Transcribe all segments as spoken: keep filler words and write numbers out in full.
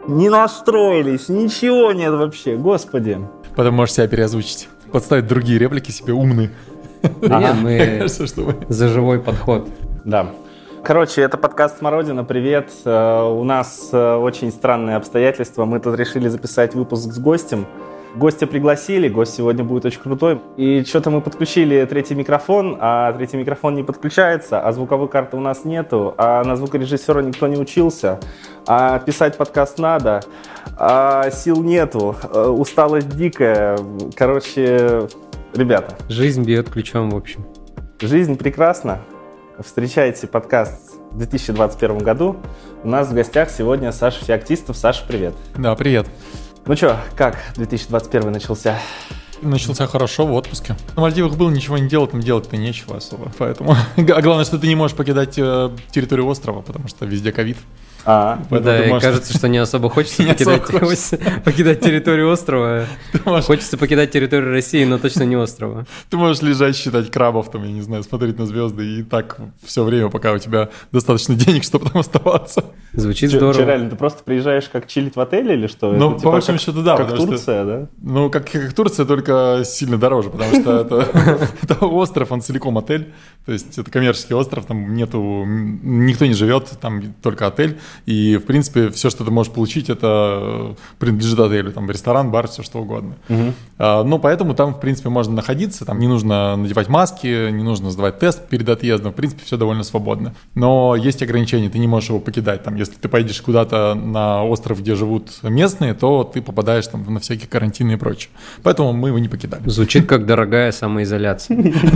Не настроились, ничего нет вообще, господи. Потом можешь себя переозвучить, подставить другие реплики себе умные. Да нет, мы за живой подход. Да. Короче, это подкаст «Смородина». Привет. У нас очень странные обстоятельства. Мы тут решили записать выпуск с гостем. Гостя пригласили, гость сегодня будет очень крутой. И что-то мы подключили третий микрофон, а третий микрофон не подключается, а звуковой карты у нас нету, а на звукорежиссера никто не учился, а писать подкаст надо, а сил нету, усталость дикая. Короче, ребята. Жизнь бьет ключом, в общем. Жизнь прекрасна. Встречайте подкаст в две тысячи двадцать первом году. У нас в гостях сегодня Саша Феоктистов. Саша, привет. Да, привет. Ну что, как две тысячи двадцать первый начался? Начался хорошо, в отпуске. На Мальдивах был, ничего не делал, там делать-то нечего особо. Поэтому... А главное, что ты не можешь покидать э, территорию острова, потому что везде ковид. А, да, и можешь... кажется, что не особо хочется покидать, хочется покидать территорию острова. Можешь... Хочется покидать территорию России, но точно не острова. Ты можешь лежать, считать крабов, там, я не знаю, смотреть на звезды, и так все время, пока у тебя достаточно денег, чтобы там оставаться. Звучит Че, здорово. Че, реально, ты просто приезжаешь как чилить в отеле или что? Ну, это, по типа, большому как, счету, да. Как Турция, что, да? Ну, как, как Турция, только сильно дороже, потому что это остров, он целиком отель, то есть это коммерческий остров, там нету, никто не живет, там только отель, и, в принципе, все, что ты можешь получить, это принадлежит отелю, там ресторан, бар, все что угодно. Uh-huh. А, ну, поэтому там, в принципе, можно находиться, там не нужно надевать маски, не нужно сдавать тест перед отъездом, в принципе, все довольно свободно. Но есть ограничения, ты не можешь его покидать, там, если ты поедешь куда-то на остров, где живут местные, то ты попадаешь там на всякие карантины и прочее. Поэтому мы его не покидали. Звучит как дорогая самоизоляция.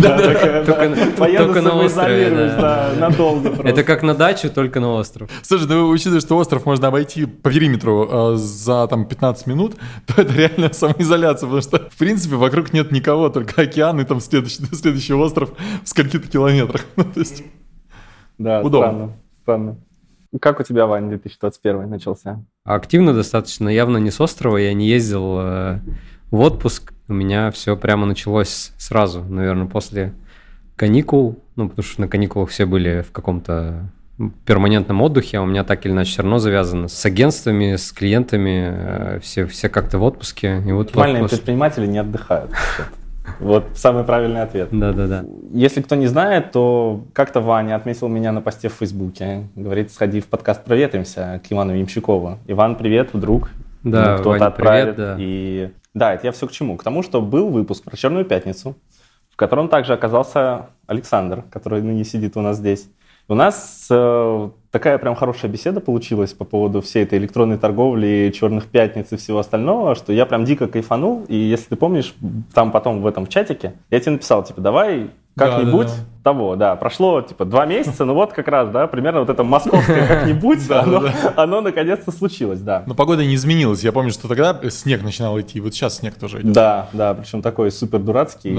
Только на острове, надолго просто. Это как на дачу, только на остров. Слушай, да учитывая, что остров можно обойти по периметру э, за там пятнадцать минут, то это реально самоизоляция, потому что, в принципе, вокруг нет никого, только океан и там следующий, следующий остров в скольких-то километрах. Ну, то есть, да, удобно. Странно, странно. Как у тебя, Вань, две тысячи двадцать первый начался? Активно достаточно, явно не с острова, я не ездил э, в отпуск, у меня все прямо началось сразу, наверное, после каникул, ну, потому что на каникулах все были в каком-то перманентном отдыхе, а у меня так или иначе все равно завязано с агентствами, с клиентами, все, все как-то в отпуске. И вот нормальные отпуск... предприниматели не отдыхают. Вот самый правильный ответ. Да-да-да. Если кто не знает, то как-то Ваня отметил меня на посте в Фейсбуке. Говорит, сходи в подкаст «Проветримся» к Ивану Ямщикову. Иван, привет, вдруг. Да, кто-то Ваня, отправит. Привет, да. И... да, это я все к чему? К тому, что был выпуск про «Черную пятницу», в котором также оказался Александр, который ныне сидит у нас здесь. У нас э, такая прям хорошая беседа получилась по поводу всей этой электронной торговли, черных пятниц и всего остального, что я прям дико кайфанул. И если ты помнишь, там потом в этом в чатике я тебе написал, типа, давай как-нибудь да, да, да. того, да, прошло типа два месяца, ну вот как раз, да, примерно вот это московское как-нибудь, оно наконец-то случилось, да. Но погода не изменилась, я помню, что тогда снег начинал идти, вот сейчас снег тоже идет. Да, да, причем такой супер дурацкий,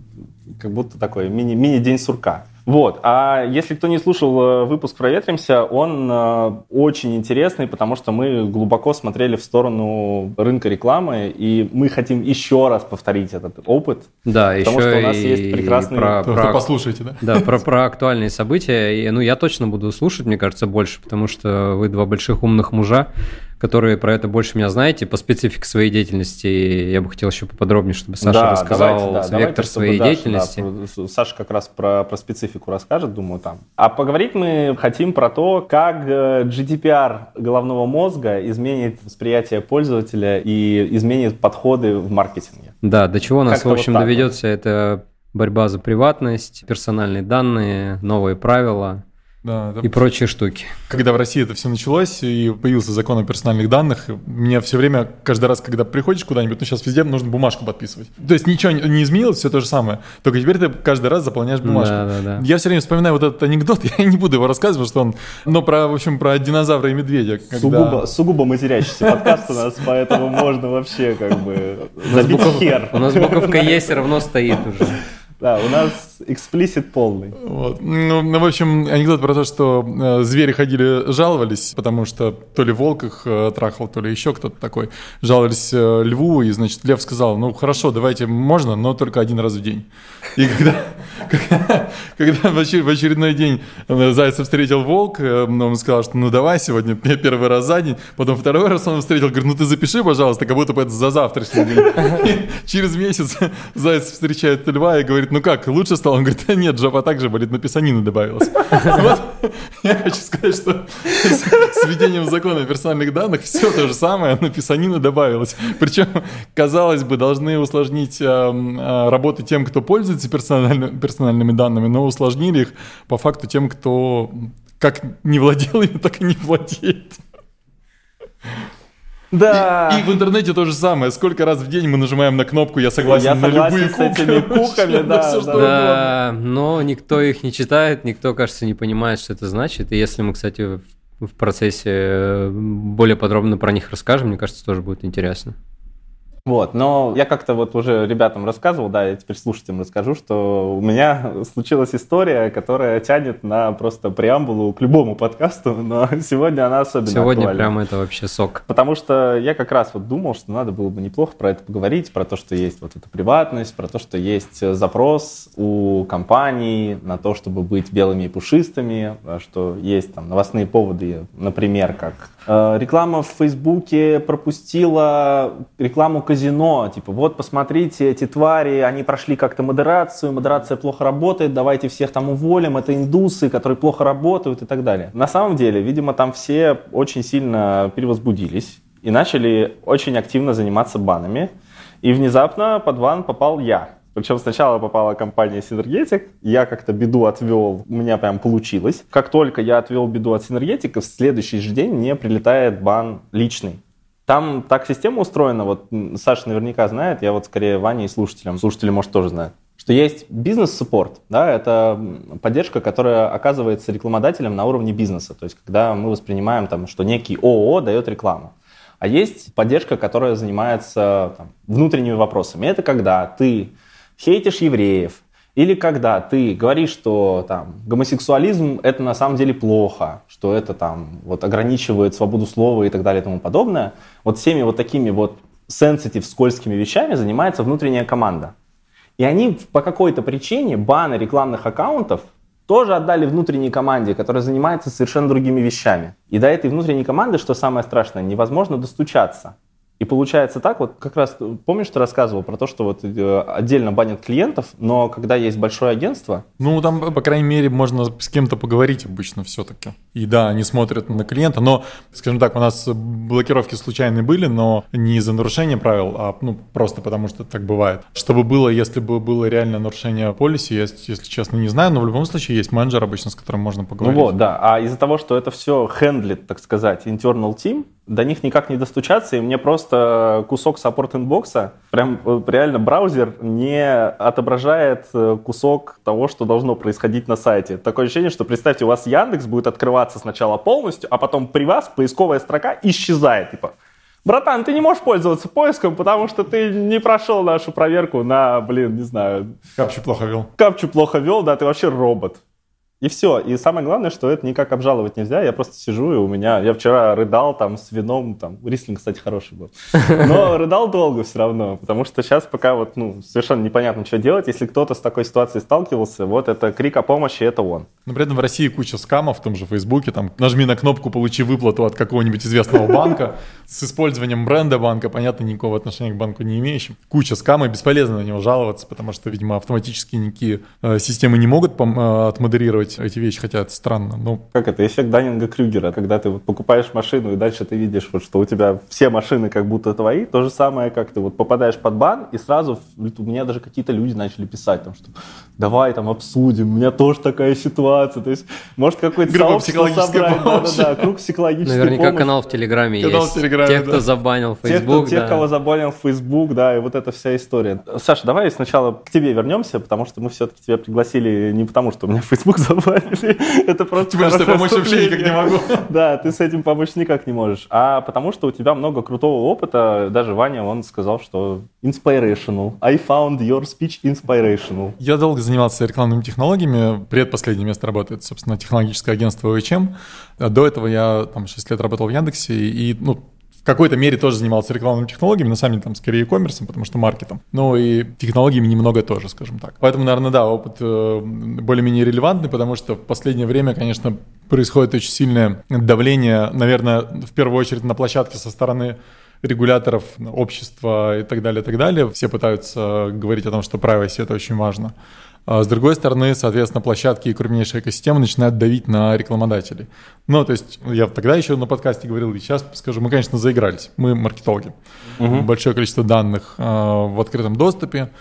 как будто такой мини-день сурка. Вот, а если кто не слушал выпуск «Проветримся», он э, очень интересный, потому что мы глубоко смотрели в сторону рынка рекламы, и мы хотим еще раз повторить этот опыт. Да, потому еще что у нас и есть прекрасный... Про, про... про... Послушайте, да? Да, про, про актуальные события. И, ну, я точно буду слушать, мне кажется, больше, потому что вы два больших умных мужа, которые про это больше меня знаете, по специфике своей деятельности. Я бы хотел еще поподробнее, чтобы Саша да, рассказал давайте, да, вектор давайте, своей Даша, деятельности. Да, Саша как раз про, про специфику расскажет, думаю, там. А поговорить мы хотим про то, как джи ди пи ар головного мозга изменит восприятие пользователя и изменит подходы в маркетинге. Да, до чего нас, Как-то в общем, вот доведется, вот. Это борьба за приватность, персональные данные, новые правила. Да, да. И прочие штуки. Когда в России это все началось, и появился закон о персональных данных, мне все время, каждый раз, когда приходишь куда-нибудь, ну сейчас везде нужно бумажку подписывать. То есть ничего не изменилось, все то же самое, только теперь ты каждый раз заполняешь бумажку. Да, да, да. Я все время вспоминаю вот этот анекдот, я не буду его рассказывать, что он, но про, в общем, про динозавра и медведя. Когда... Сугубо, сугубо матерящийся подкаст у нас, поэтому можно вообще как бы забить хер. У нас буковка «Е» все равно стоит уже. Да, у нас эксплисит полный. Вот. Ну, ну, в общем, анекдот про то, что э, звери ходили, жаловались, потому что то ли волк их э, трахал, то ли еще кто-то такой. Жаловались э, льву, и, значит, лев сказал, ну, хорошо, давайте, можно, но только один раз в день. И когда, когда, когда в очередной день зайца встретил волк, э, он сказал, что ну, давай сегодня первый раз за день, потом второй раз он встретил, говорит, ну, ты запиши, пожалуйста, как будто бы это за завтрашний день. И через месяц заяц встречает льва и говорит, ну как, лучше стало? Он говорит, да нет, жопа так же болит, но писанина добавилась. Вот. Я хочу сказать, что с введением закона персональных данных все то же самое, но писанина добавилась. Причем, казалось бы, должны усложнить э, э, работу тем, кто пользуется персональными, персональными данными, но усложнили их по факту тем, кто как не владел ими, так и не владеет. Да. И, и в интернете то же самое. Сколько раз в день мы нажимаем на кнопку «Я согласен» Я на согласен любые с куки, этими куками, да, все, да, что Да, но никто их не читает, никто, кажется, не понимает, что это значит. И если мы, кстати, в, в процессе более подробно про них расскажем, мне кажется, тоже будет интересно. Вот, но я как-то вот уже ребятам рассказывал, да, я теперь слушателям расскажу, что у меня случилась история, которая тянет на просто преамбулу к любому подкасту, но сегодня она особенно Сегодня актуальна. прямо это вообще сок. Потому что я как раз вот думал, что надо было бы неплохо про это поговорить, про то, что есть вот эта приватность, про то, что есть запрос у компаний на то, чтобы быть белыми и пушистыми, что есть там новостные поводы, например, как э, реклама в Фейсбуке пропустила рекламу казино, типа, вот, посмотрите, эти твари, они прошли как-то модерацию, модерация плохо работает, давайте всех там уволим, это индусы, которые плохо работают и так далее. На самом деле, видимо, там все очень сильно перевозбудились и начали очень активно заниматься банами, и внезапно под бан попал я. Причем сначала попала компания Synergetic, я как-то беду отвел, у меня прям получилось. Как только я отвел беду от Synergetic, в следующий же день мне прилетает бан личный. Там так система устроена, вот Саша наверняка знает, я вот скорее Ване и слушателям, слушатели, может, тоже знают, что есть бизнес-суппорт, да, это поддержка, которая оказывается рекламодателем на уровне бизнеса, то есть когда мы воспринимаем, там, что некий ООО дает рекламу. А есть поддержка, которая занимается там, внутренними вопросами. Это когда ты хейтишь евреев, или когда ты говоришь, что там, гомосексуализм – это на самом деле плохо, что это там, вот, ограничивает свободу слова и так далее и тому подобное. Вот всеми вот такими вот sensitive, скользкими вещами занимается внутренняя команда. И они по какой-то причине баны рекламных аккаунтов тоже отдали внутренней команде, которая занимается совершенно другими вещами. И до этой внутренней команды, что самое страшное, невозможно достучаться. И получается так, вот как раз, помнишь, ты рассказывал про то, что вот отдельно банят клиентов, но когда есть большое агентство... Ну, там, по крайней мере, можно с кем-то поговорить обычно все-таки. И да, они смотрят на клиента, но, скажем так, у нас блокировки случайные были, но не из-за нарушения правил, а ну, просто потому, что так бывает. Чтобы было, если бы было реальное нарушение полиси, я, если честно, не знаю, но в любом случае есть менеджер обычно, с которым можно поговорить. Ну вот, да, а из-за того, что это все хендлит, так сказать, internal team, до них никак не достучаться, и мне просто кусок саппорт-инбокса, прям реально браузер не отображает кусок того, что должно происходить на сайте. Такое ощущение, что представьте, у вас Яндекс будет открываться сначала полностью, а потом при вас поисковая строка исчезает. Типа, братан, ты не можешь пользоваться поиском, потому что ты не прошел нашу проверку на, блин, не знаю... Капчу плохо вел. Капчу плохо вел, да, ты вообще робот. И все. И самое главное, что это никак обжаловать нельзя. Я просто сижу, и у меня... Я вчера рыдал там с вином, там, рислинг, кстати, хороший был. Но рыдал долго все равно, потому что сейчас пока вот, ну, совершенно непонятно, что делать. Если кто-то с такой ситуацией сталкивался, вот это крик о помощи, это он. Но при этом в России куча скамов, в том же Фейсбуке, там, нажми на кнопку «Получи выплату от какого-нибудь известного банка» с использованием бренда банка, понятно, никакого отношения к банку не имеющим. Куча скамов, бесполезно на него жаловаться, потому что, видимо, автоматически никакие э, системы не могут пом- отмодерировать эти вещи, хотя это странно. Но... Как это? Эффект Даннинга-Крюгера, когда ты вот покупаешь машину, и дальше ты видишь, вот, что у тебя все машины как будто твои. То же самое, как ты вот попадаешь под бан, и сразу у меня даже какие-то люди начали писать, там, что давай там обсудим, у меня тоже такая ситуация. То есть, может, какой-то сообщество собрать. Да-да-да, круг психологической Наверняка помощи. канал в Телеграме канал есть. В Телеграме, тех, да. кто забанил Тех, Facebook. кто, тех, да. кого забанил Facebook, да, и вот эта вся история. Саша, давай сначала к тебе вернемся, потому что мы все-таки тебя пригласили не потому, что у меня Facebook забанил. забанили. Это просто Тем более, что я помочь вообще никак не могу. Да, ты с этим помочь никак не можешь. А потому что у тебя много крутого опыта. Даже Ваня, он сказал, что inspirational. I found your speech inspirational. Я долго занимался рекламными технологиями. Предпоследнее место работает, собственно, технологическое агентство о эйч эм. До этого я там шесть лет работал в Яндексе и, ну, в какой-то мере тоже занимался рекламными технологиями, на самом деле там скорее e-commerce, потому что маркетом, но и технологиями немного тоже, скажем так. Поэтому, наверное, да, опыт э, более-менее релевантный, потому что в последнее время, конечно, происходит очень сильное давление, наверное, в первую очередь на площадке со стороны регуляторов, общества и так далее, и так далее. Все пытаются говорить о том, что privacy — это очень важно. А с другой стороны, соответственно, площадки и крупнейшая экосистема начинают давить на рекламодателей. Ну, то есть я тогда еще на подкасте говорил, и сейчас скажу, мы, конечно, заигрались. Мы маркетологи. Угу. Большое количество данных э, в открытом доступе.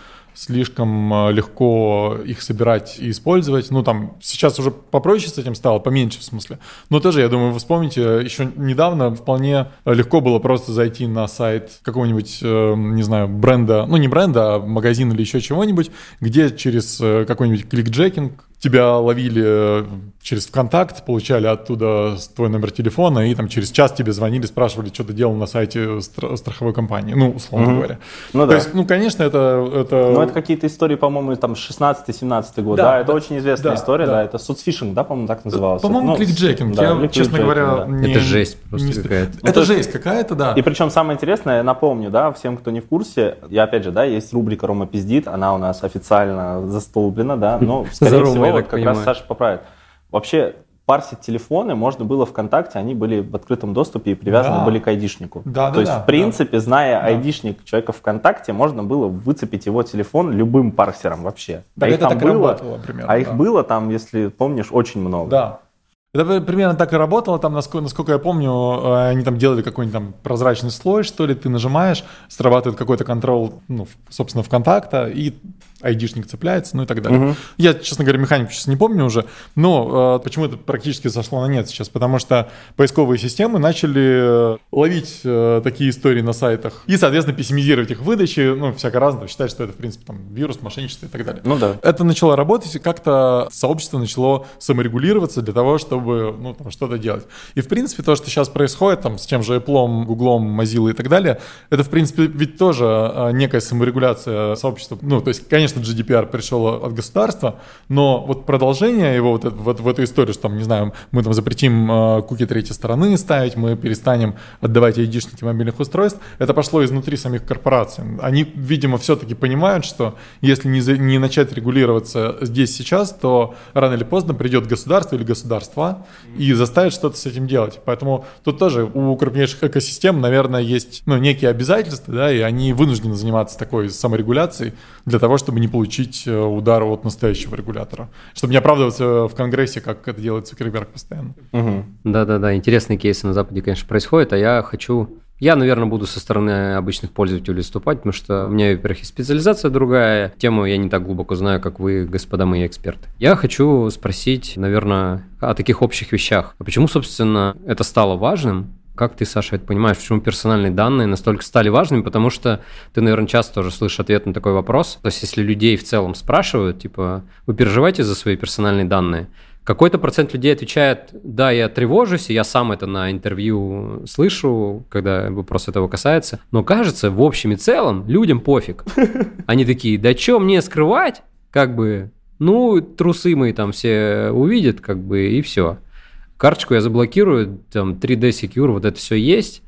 Слишком легко их собирать и использовать. Ну, там, сейчас уже попроще с этим стало, поменьше в смысле. Но тоже, я думаю, вы вспомните, еще недавно вполне легко было просто зайти на сайт какого-нибудь, не знаю, бренда, ну, не бренда, а магазина или еще чего-нибудь, где через какой-нибудь кликджекинг тебя ловили через ВКонтакт, получали оттуда твой номер телефона и там через час тебе звонили, спрашивали, что ты делал на сайте стра- страховой компании, ну, условно mm-hmm. говоря. Ну, То да. есть, ну, конечно, это... это... Ну, это какие-то истории, по-моему, там шестнадцатый-семнадцатый год, да, да, это да, очень известная да, история, да, да, это соцфишинг, да, по-моему, так называлось. По-моему, ну, кликджекинг, да, я, клик честно говоря, да. не... Это жесть просто не... какая-то. Это ну, жесть какая-то, да. И причем самое интересное, я напомню, да, всем, кто не в курсе, я опять же, да, есть рубрика «Рома пиздит», она у нас официально застолблена, да, но, скорее всего, вот как раз Саша поправит. Вообще, парсить телефоны можно было ВКонтакте, они были в открытом доступе и привязаны да. были к айдишнику. Да, То да, есть, да, в принципе, да. зная да. айдишник человека ВКонтакте, можно было выцепить его телефон любым парсером вообще. Да, а это их там так было, работало, примерно, а их да. было там, если помнишь, очень много. Да. Это примерно так и работало, там, насколько, насколько я помню, они там делали какой-нибудь там прозрачный слой, что ли, ты нажимаешь, срабатывает какой-то контроль, ну, собственно, ВКонтакта, и айдишник цепляется, ну и так далее. Uh-huh. Я, честно говоря, механику сейчас не помню уже, но э, почему это практически сошло на нет сейчас? Потому что поисковые системы начали ловить э, такие истории на сайтах и, соответственно, пессимизировать их выдачи, ну, всяко разное, считать, что это, в принципе, там, вирус, мошенничество и так далее. Ну да. Это начало работать, и как-то сообщество начало саморегулироваться для того, чтобы, ну, там, что-то делать. И, в принципе, то, что сейчас происходит там, с тем же Apple, Google, Mozilla и так далее, это, в принципе, ведь тоже э, некая саморегуляция сообщества. Ну, то есть, конечно, джи ди пи ар пришел от государства, но вот продолжение его вот, вот в эту историю, что там, не знаю, мы там запретим э, куки третьей стороны ставить, мы перестанем отдавать айдишники мобильных устройств, это пошло изнутри самих корпораций. Они, видимо, все-таки понимают, что если не, за, не начать регулироваться здесь сейчас, то рано или поздно придет государство или государства и заставит что-то с этим делать. Поэтому тут тоже у крупнейших экосистем, наверное, есть, ну, некие обязательства, да, и они вынуждены заниматься такой саморегуляцией для того, чтобы не получить удар от настоящего регулятора. Чтобы не оправдываться в Конгрессе, как это делает Цукерберг постоянно. Угу. Да-да-да, интересные кейсы на Западе, конечно, происходят, а я хочу... Я, наверное, буду со стороны обычных пользователей выступать, потому что у меня, во-первых, и специализация другая, тему я не так глубоко знаю, как вы, господа мои эксперты. Я хочу спросить, наверное, о таких общих вещах. А почему, собственно, это стало важным? Как ты, Саша, это понимаешь, почему персональные данные настолько стали важными? Потому что ты, наверное, часто тоже слышишь ответ на такой вопрос. То есть, если людей в целом спрашивают, типа, вы переживаете за свои персональные данные? Какой-то процент людей отвечает, да, я тревожусь, и я сам это на интервью слышу, когда вопрос этого касается. Но кажется, в общем и целом, людям пофиг. Они такие, да что мне скрывать? Как бы, ну, трусы мои там все увидят, как бы, и все. Карточку я заблокирую, там, три дэ Secure, вот это все есть.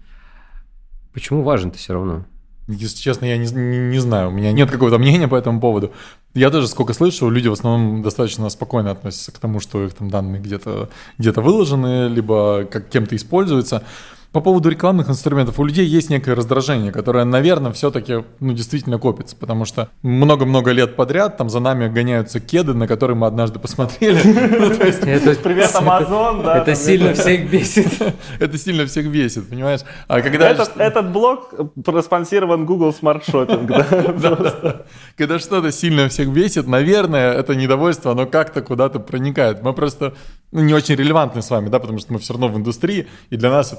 Почему важно-то все равно? Если честно, я не, не, не знаю, у меня нет какого-то мнения по этому поводу. Я тоже сколько слышу, люди в основном достаточно спокойно относятся к тому, что их там данные где-то, где-то выложены, либо как кем-то используются. По поводу рекламных инструментов у людей есть некое раздражение, которое, наверное, все-таки, ну, действительно копится, потому что много-много лет подряд там за нами гоняются кеды, на которые мы однажды посмотрели. Привет, Amazon, да. Это сильно всех бесит. Это сильно всех бесит, понимаешь? А когда этот блог проспонсирован Google Smart Shopping, да? Когда что-то сильно всех бесит, наверное, это недовольство, оно как-то куда-то проникает. Мы просто не очень релевантны с вами, да, потому что мы все равно в индустрии, и для нас это,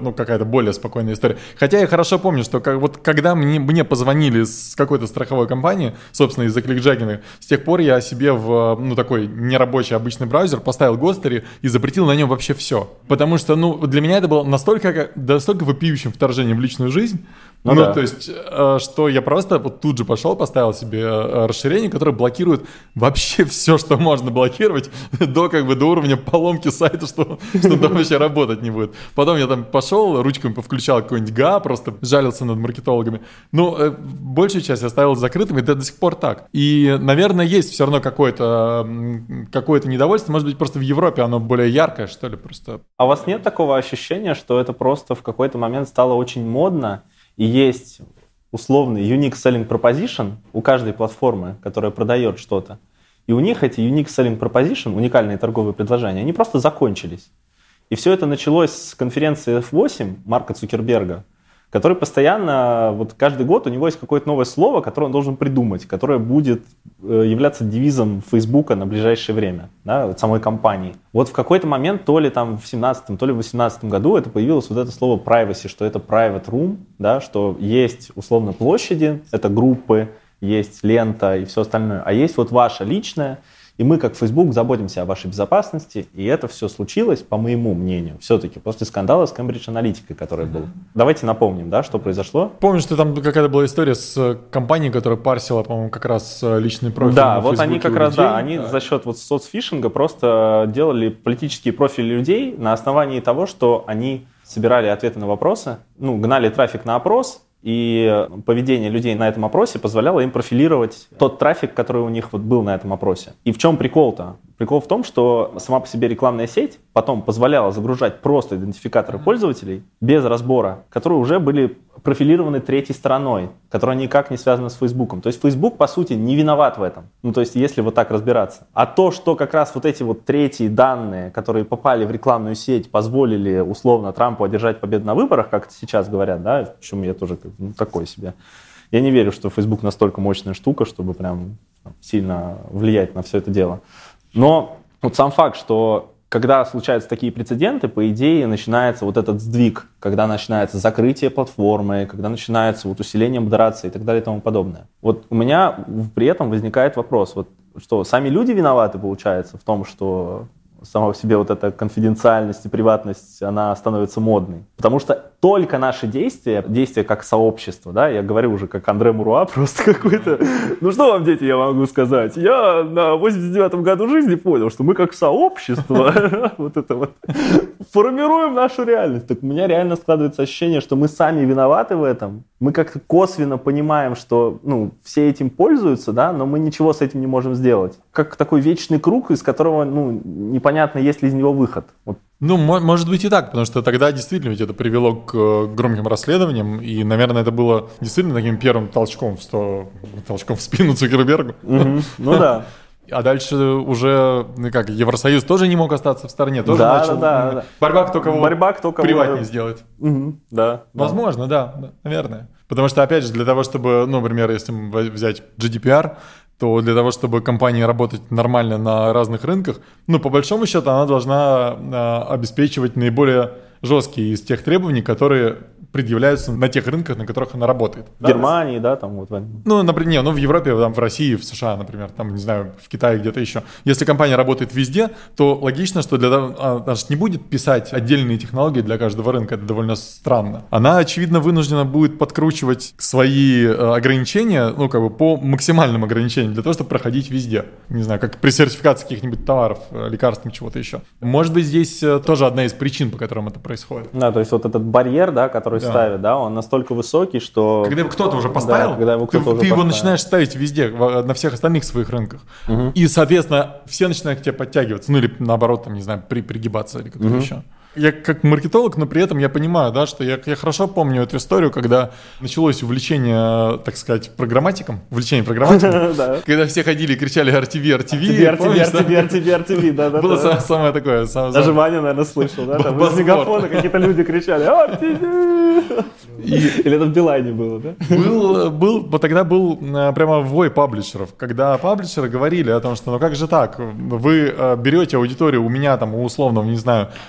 ну, какая-то более спокойная история. Хотя я хорошо помню, что как, вот когда мне, мне позвонили с какой-то страховой компании, собственно, из-за кликджаггинга, с тех пор я себе в, ну, такой нерабочий обычный браузер поставил Гостери и запретил на нем вообще все. Потому что, ну, для меня это было настолько, настолько вопиющим вторжением в личную жизнь, ну, ну да. То есть, что я просто вот тут же пошел, поставил себе расширение, которое блокирует вообще все, что можно блокировать, до как бы до уровня поломки сайта, что, что там вообще работать не будет. Потом я там пошел, ручками повключал какой-нибудь га, просто жалился над маркетологами. Ну, большую часть оставил закрытым, и это до сих пор так. И, наверное, есть все равно какое-то, какое-то недовольство. Может быть, просто в Европе оно более яркое, что ли, просто. А у вас нет такого ощущения, что это просто в какой-то момент стало очень модно, и есть условный unique selling proposition у каждой платформы, которая продает что-то. И у них эти unique selling proposition, уникальные торговые предложения, они просто закончились. И все это началось с конференции эф восемь Марка Цукерберга, который постоянно, вот каждый год у него есть какое-то новое слово, которое он должен придумать, которое будет являться девизом Фейсбука на ближайшее время, да, самой компании. Вот в какой-то момент, то ли там в семнадцатом, то ли в восемнадцатом году это появилось вот это слово privacy, что это private room, да, что есть условно площади, это группы, есть лента и все остальное, а есть вот ваша личная. И мы, как Facebook, заботимся о вашей безопасности, и это все случилось, по моему мнению, все-таки после скандала с Cambridge Analytica, который был. Давайте напомним, да, что произошло. Помню, что там какая-то была история с компанией, которая парсила, по-моему, как раз личный профиль. Да, на вот Фейсбуке они как раз, да, они да. за счет вот соцфишинга просто делали политические профили людей на основании того, что они собирали ответы на вопросы, ну, гнали трафик на опрос, и поведение людей на этом опросе позволяло им профилировать тот трафик, который у них вот был на этом опросе. И в чем прикол-то? Прикол в том, что сама по себе рекламная сеть потом позволяла загружать просто идентификаторы пользователей без разбора, которые уже были профилированы третьей стороной, которая никак не связана с Фейсбуком. То есть Facebook, по сути, не виноват в этом. Ну, то есть, если вот так разбираться. А то, что как раз вот эти вот третьи данные, которые попали в рекламную сеть, позволили условно Трампу одержать победу на выборах, как сейчас говорят, да, причем я тоже ну, такой себе. Я не верю, что Facebook настолько мощная штука, чтобы прям сильно влиять на все это дело. Но вот сам факт, что когда случаются такие прецеденты, по идее, начинается вот этот сдвиг, когда начинается закрытие платформы, когда начинается вот усиление модерации и так далее и тому подобное. Вот у меня при этом возникает вопрос, вот что сами люди виноваты, получается, в том, что сама по себе вот эта конфиденциальность и приватность, она становится модной. Потому что только наши действия, действия как сообщество, да, я говорю уже как Андре Муруа, просто какой-то... Ну что вам, дети, я могу сказать? Я на восемьдесят девятом году жизни понял, что мы как сообщество вот это вот формируем нашу реальность. Так у меня реально складывается ощущение, что мы сами виноваты в этом. Мы как-то косвенно понимаем, что ну, все этим пользуются, да, но мы ничего с этим не можем сделать. Как такой вечный круг, из которого ну, непонятно, есть ли из него выход. Вот. Ну, может быть и так, потому что тогда действительно ведь это привело к громким расследованиям, и, наверное, это было действительно таким первым толчком в, сто... толчком в спину Цукербергу. Ну да. А дальше уже, ну как, Евросоюз тоже не мог остаться в стороне, тоже да, начал. Да, да. Борьба кто кого Борьба, кто кого приватнее сделает. Угу, да. Возможно, да. да, наверное. Потому что, опять же, для того, чтобы, ну, например, если взять джи ди пи ар, то для того, чтобы компания работать нормально на разных рынках, ну, по большому счету, она должна а, обеспечивать наиболее жесткие из тех требований, которые предъявляются на тех рынках, на которых она работает. В Германии, да, там вот. Ну, например, не, ну в Европе, там, в России, в США, например, там, не знаю, в Китае где-то еще. Если компания работает везде, то логично, что для она же не будет писать отдельные технологии для каждого рынка, это довольно странно. Она, очевидно, вынуждена будет подкручивать свои ограничения, ну, как бы по максимальным ограничениям для того, чтобы проходить везде. Не знаю, как при сертификации каких-нибудь товаров, лекарств, чего-то еще. Может быть, здесь тоже одна из причин, по которым это происходит. Да, то есть вот этот барьер, да, который да. ставит, да, он настолько высокий, что... Когда его кто-то уже поставил, да, когда его кто-то ты, уже ты поставил. Его начинаешь ставить везде, на всех остальных своих рынках. Угу. И, соответственно, все начинают к тебе подтягиваться, ну или наоборот, там, не знаю, при, пригибаться или как-то угу. еще. Я как маркетолог, но при этом я понимаю, да, что я, я хорошо помню эту историю, когда началось увлечение, так сказать, программатиком, увлечение программатиком, когда все ходили и кричали ар ти ви, ар ти ви. ар ти ви, ар ти ви, ар ти ви, ар ти ви, да-да. Было самое такое. Даже Ваня, наверное, слышал, да, там из мегафона какие-то люди кричали ар ти ви. Или это в Билайне было, да? Был, был, тогда был прямо вой паблишеров, когда паблишеры говорили о том, что ну как же так, вы берете аудиторию у меня там, у условного, не знаю, Коммерсанта,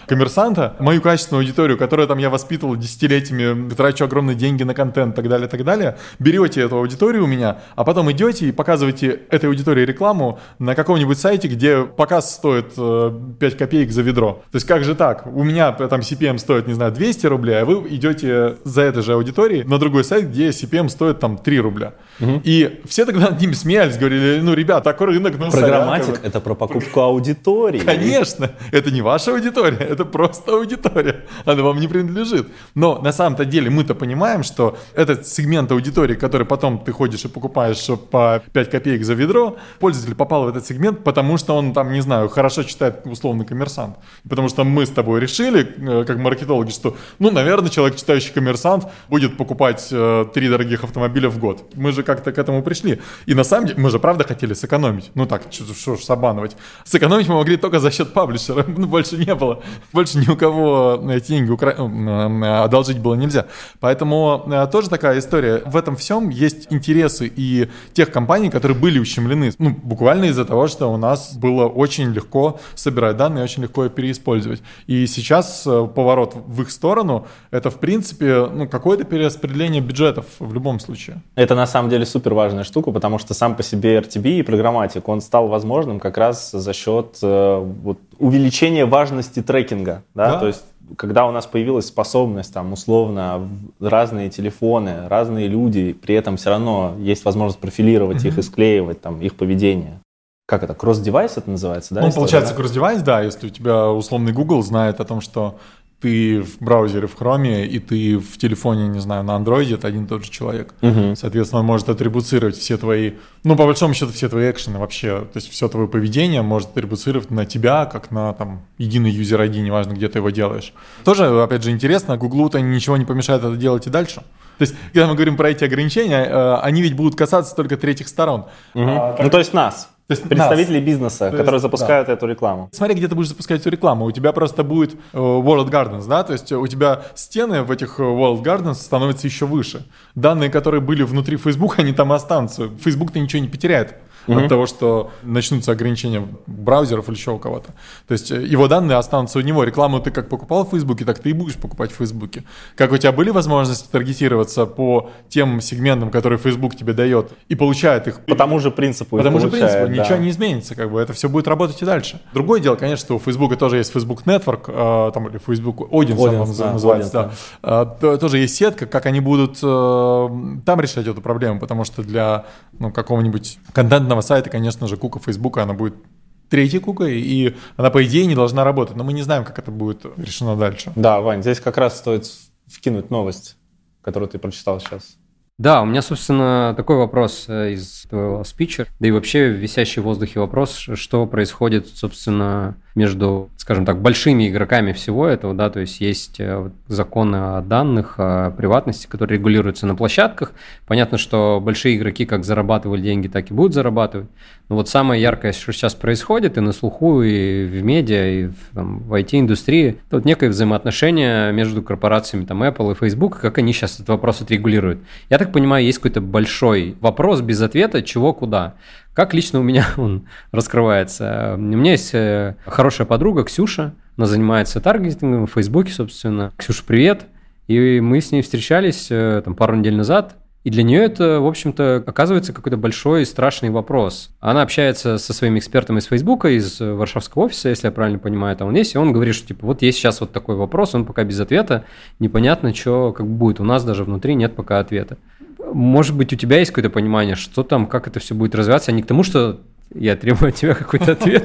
коммерсанта, мою качественную аудиторию, которую там я воспитывал десятилетиями, трачу огромные деньги на контент и так далее, так далее, берете эту аудиторию у меня, а потом идете и показываете этой аудитории рекламу на каком-нибудь сайте, где показ стоит пять копеек за ведро. То есть как же так? У меня там си пи эм стоит, не знаю, двести рублей, а вы идете за этой же аудиторией на другой сайт, где си пи эм стоит там три рубля. Угу. И все тогда над ними смеялись, говорили, ну, ребят, такой рынок, ну, программатик — это про покупку аудитории. Конечно, это не ваша аудитория, это просто аудитория, она вам не принадлежит. Но на самом-то деле мы-то понимаем, что этот сегмент аудитории, который потом ты ходишь и покупаешь по пять копеек за ведро, пользователь попал в этот сегмент, потому что он там, не знаю, хорошо читает условный коммерсант. Потому что мы с тобой решили, как маркетологи, что, ну, наверное, человек, читающий коммерсант, будет покупать э, три дорогих автомобиля в год. Мы же как-то к этому пришли. И на самом деле, мы же правда хотели сэкономить. Ну так, что ж обманывать. Сэкономить мы могли только за счет паблишера. Ну, больше не было. Больше ни у кого эти деньги укра... одолжить было нельзя. Поэтому э, тоже такая история. В этом всем есть интересы и тех компаний, которые были ущемлены. Ну, буквально из-за того, что у нас было очень легко собирать данные, очень легко их переиспользовать. И сейчас э, поворот в их сторону — это, в принципе, ну, какое-то перераспределение бюджетов в любом случае. Это на самом деле супер важная штука, потому что сам по себе эр ти би и программатик, он стал возможным как раз за счет э, вот, увеличения важности трекинга. Да? Да. То есть, когда у нас появилась способность, там, условно, разные телефоны, разные люди, при этом все равно есть возможность профилировать mm-hmm. их и склеивать там, их поведение. Как это? Кросс-девайс это называется, да? Ну, история, получается, да? кросс-девайс, да, если у тебя условный Google знает о том, что ты в браузере в Chrome и ты в телефоне, не знаю, на Android, это один и тот же человек. Угу. Соответственно, он может атрибуцировать все твои, ну, по большому счету, все твои экшены вообще, то есть все твое поведение может атрибуцировать на тебя, как на там единый юзер ай ди, неважно, где ты его делаешь. Тоже, опять же, интересно, Гуглу-то ничего не помешает это делать и дальше. То есть, когда мы говорим про эти ограничения, они ведь будут касаться только третьих сторон. Угу. А, так... Ну, то есть нас. То есть представители нас. бизнеса, то которые есть, запускают да. эту рекламу. Смотри, где ты будешь запускать эту рекламу. У тебя просто будет э, Walled Gardens, да, то есть у тебя стены в этих Walled Gardens становятся еще выше. Данные, которые были внутри Facebook, они там останутся. Facebook-то ничего не потеряет mm-hmm. от того, что начнутся ограничения браузеров или еще у кого-то. То есть его данные останутся у него. Рекламу ты как покупал в Facebook, так ты и будешь покупать в Facebook. Как у тебя были возможности таргетироваться по тем сегментам, которые Facebook тебе дает, и получает их. По тому же принципу. По тому же принципу. Да. Ничего не изменится, как бы это все будет работать и дальше. Другое дело, конечно, что у Facebook тоже есть Facebook Network, э, там, или Facebook Audience, Audience да, называется, Audience, да. Да. Э, тоже есть сетка, как они будут э, там решать эту проблему, потому что для ну, какого-нибудь контентного сайта, конечно же, кука Facebook, она будет третьей кукой, и она, по идее, не должна работать, но мы не знаем, как это будет решено дальше. Да, Вань, здесь как раз стоит вкинуть новость, которую ты прочитал сейчас. Да, у меня, собственно, такой вопрос из твоего спича, да и вообще висящий в воздухе вопрос, что происходит, собственно, между, скажем так, большими игроками всего этого, да, то есть есть законы о данных, о приватности, которые регулируются на площадках. Понятно, что большие игроки как зарабатывали деньги, так и будут зарабатывать. Но вот самое яркое, что сейчас происходит и на слуху, и в медиа, и в, там, в ай ти-индустрии, это вот некое взаимоотношение между корпорациями там, Apple и Facebook, как они сейчас этот вопрос отрегулируют. Я так понимаю, есть какой-то большой вопрос без ответа, чего, куда. Как лично у меня он раскрывается? У меня есть хорошая подруга Ксюша, она занимается таргетингом в Фейсбуке, собственно. Ксюша, привет! И мы с ней встречались там, пару недель назад, и для нее это, в общем-то, оказывается какой-то большой и страшный вопрос. Она общается со своим экспертом из Фейсбука, из варшавского офиса, если я правильно понимаю, там он есть, и он говорит, что типа вот есть сейчас вот такой вопрос, он пока без ответа, непонятно, что как будет. У нас даже внутри нет пока ответа. Может быть, у тебя есть какое-то понимание, что там, как это все будет развиваться, а не к тому, что я требую от тебя какой-то ответ.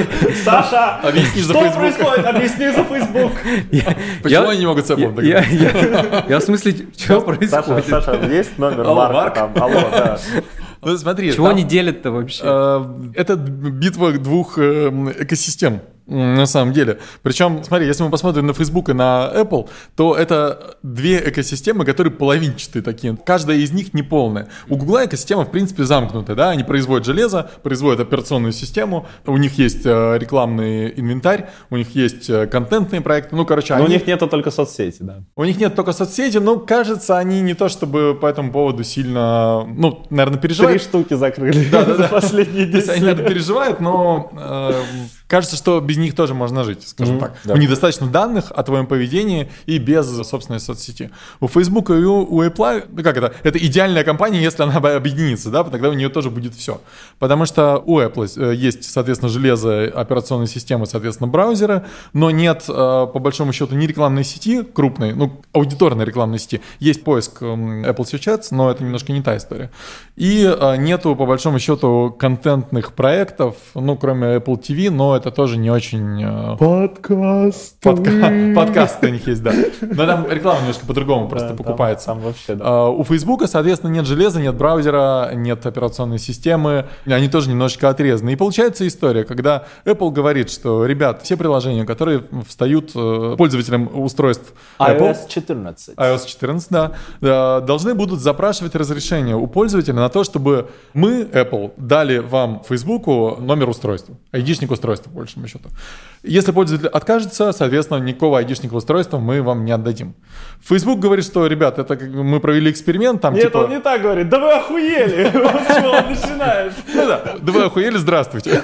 Саша, объясни за Facebook. Что происходит? Объясни за Facebook. Почему они не могут с Apple договориться? Я в смысле, что происходит? Саша, есть номер Марка? Алло, да. Ну, смотри, чего они делят-то вообще? Это битва двух экосистем. На самом деле. Причем, смотри, если мы посмотрим на Facebook и на Apple, то это две экосистемы, которые половинчатые такие. Каждая из них не полная. У Google экосистема, в принципе, замкнутая. Да? Они производят железо, производят операционную систему, у них есть рекламный инвентарь, у них есть контентные проекты. Ну, короче, они... у них нету только соцсети, да. У них нет только соцсети, но, кажется, они не то чтобы по этому поводу сильно, ну, наверное, переживают. Три штуки закрыли да, да, да. за последние десять лет. Они, наверное, переживают, но... кажется, что без них тоже можно жить, скажем mm-hmm, так. Да. У них достаточно данных о твоем поведении и без собственной соцсети. У Facebook и у, у Apple, ну как это, это идеальная компания, если она объединится, да, тогда у нее тоже будет все. Потому что у Apple есть, соответственно, железо операционной системы, соответственно, браузера, но нет, по большому счету, ни рекламной сети крупной, ну, аудиторной рекламной сети. Есть поиск Apple Search Ads, но это немножко не та история. И нету, по большому счету, контентных проектов, ну, кроме Apple ти ви, но это тоже не очень... Подкасты. Подка... Подкасты у них есть, да. Но там реклама немножко по-другому просто да, покупается. Там, там вообще, да. а, у Фейсбука, соответственно, нет железа, нет браузера, нет операционной системы. Они тоже немножечко отрезаны. И получается история, когда Apple говорит, что, ребят, все приложения, которые встают пользователям устройств Apple, ай о эс четырнадцать. ай о эс четырнадцать, да, должны будут запрашивать разрешение у пользователя на то, чтобы мы, Apple, дали вам, Фейсбуку, номер устройства, айдишник устройства, по большому счету. Если пользователь откажется, соответственно, никакого айдишника устройства мы вам не отдадим. Facebook говорит, что, ребят, это мы провели эксперимент, там Нет, типа... он не так говорит, да вы охуели, с чего он начинает? Ну да, да вы охуели, здравствуйте.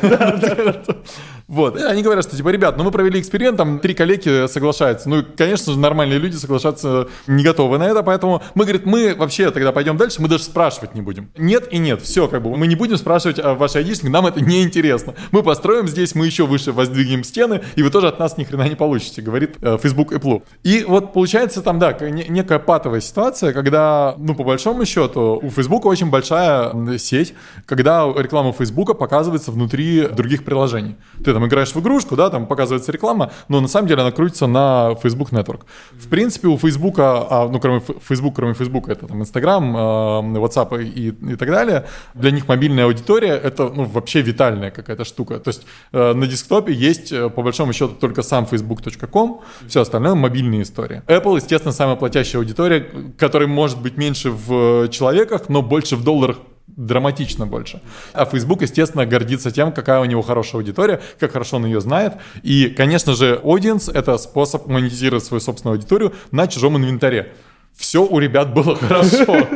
Вот, они говорят, что, типа, ребят, ну мы провели эксперимент, там три коллеги соглашаются. Ну, конечно же, нормальные люди соглашаться не готовы на это, поэтому мы, говорит, мы вообще тогда пойдем дальше, мы даже спрашивать не будем. Нет и нет, все, как бы, мы не будем спрашивать о вашей айдишник, нам это не интересно. Мы построим здесь, мы еще выше воздвигнем стены, и вы тоже от нас ни хрена не получите, говорит э, Facebook Apple. И вот получается там, да, некая патовая ситуация, когда, ну, по большому счету, у Facebook очень большая сеть, когда реклама Facebook показывается внутри других приложений. Ты там играешь в игрушку, да, там показывается реклама, но на самом деле она крутится на Facebook Network. В принципе, у Facebook, а, ну, кроме Facebook, кроме Facebook, это там Instagram, э, WhatsApp и, и так далее, для них мобильная аудитория — это, ну, вообще витальная какая-то штука. То есть э, на десктопе есть, по большому счету, только сам фейсбук точка ком, все остальное — мобильная история. Apple, естественно, самая платящая аудитория, которая может быть меньше в человеках, но больше в долларах, драматично больше. А Facebook, естественно, гордится тем, какая у него хорошая аудитория, как хорошо он ее знает. И, конечно же, audience — это способ монетизировать свою собственную аудиторию на чужом инвентаре. Все у ребят было хорошо.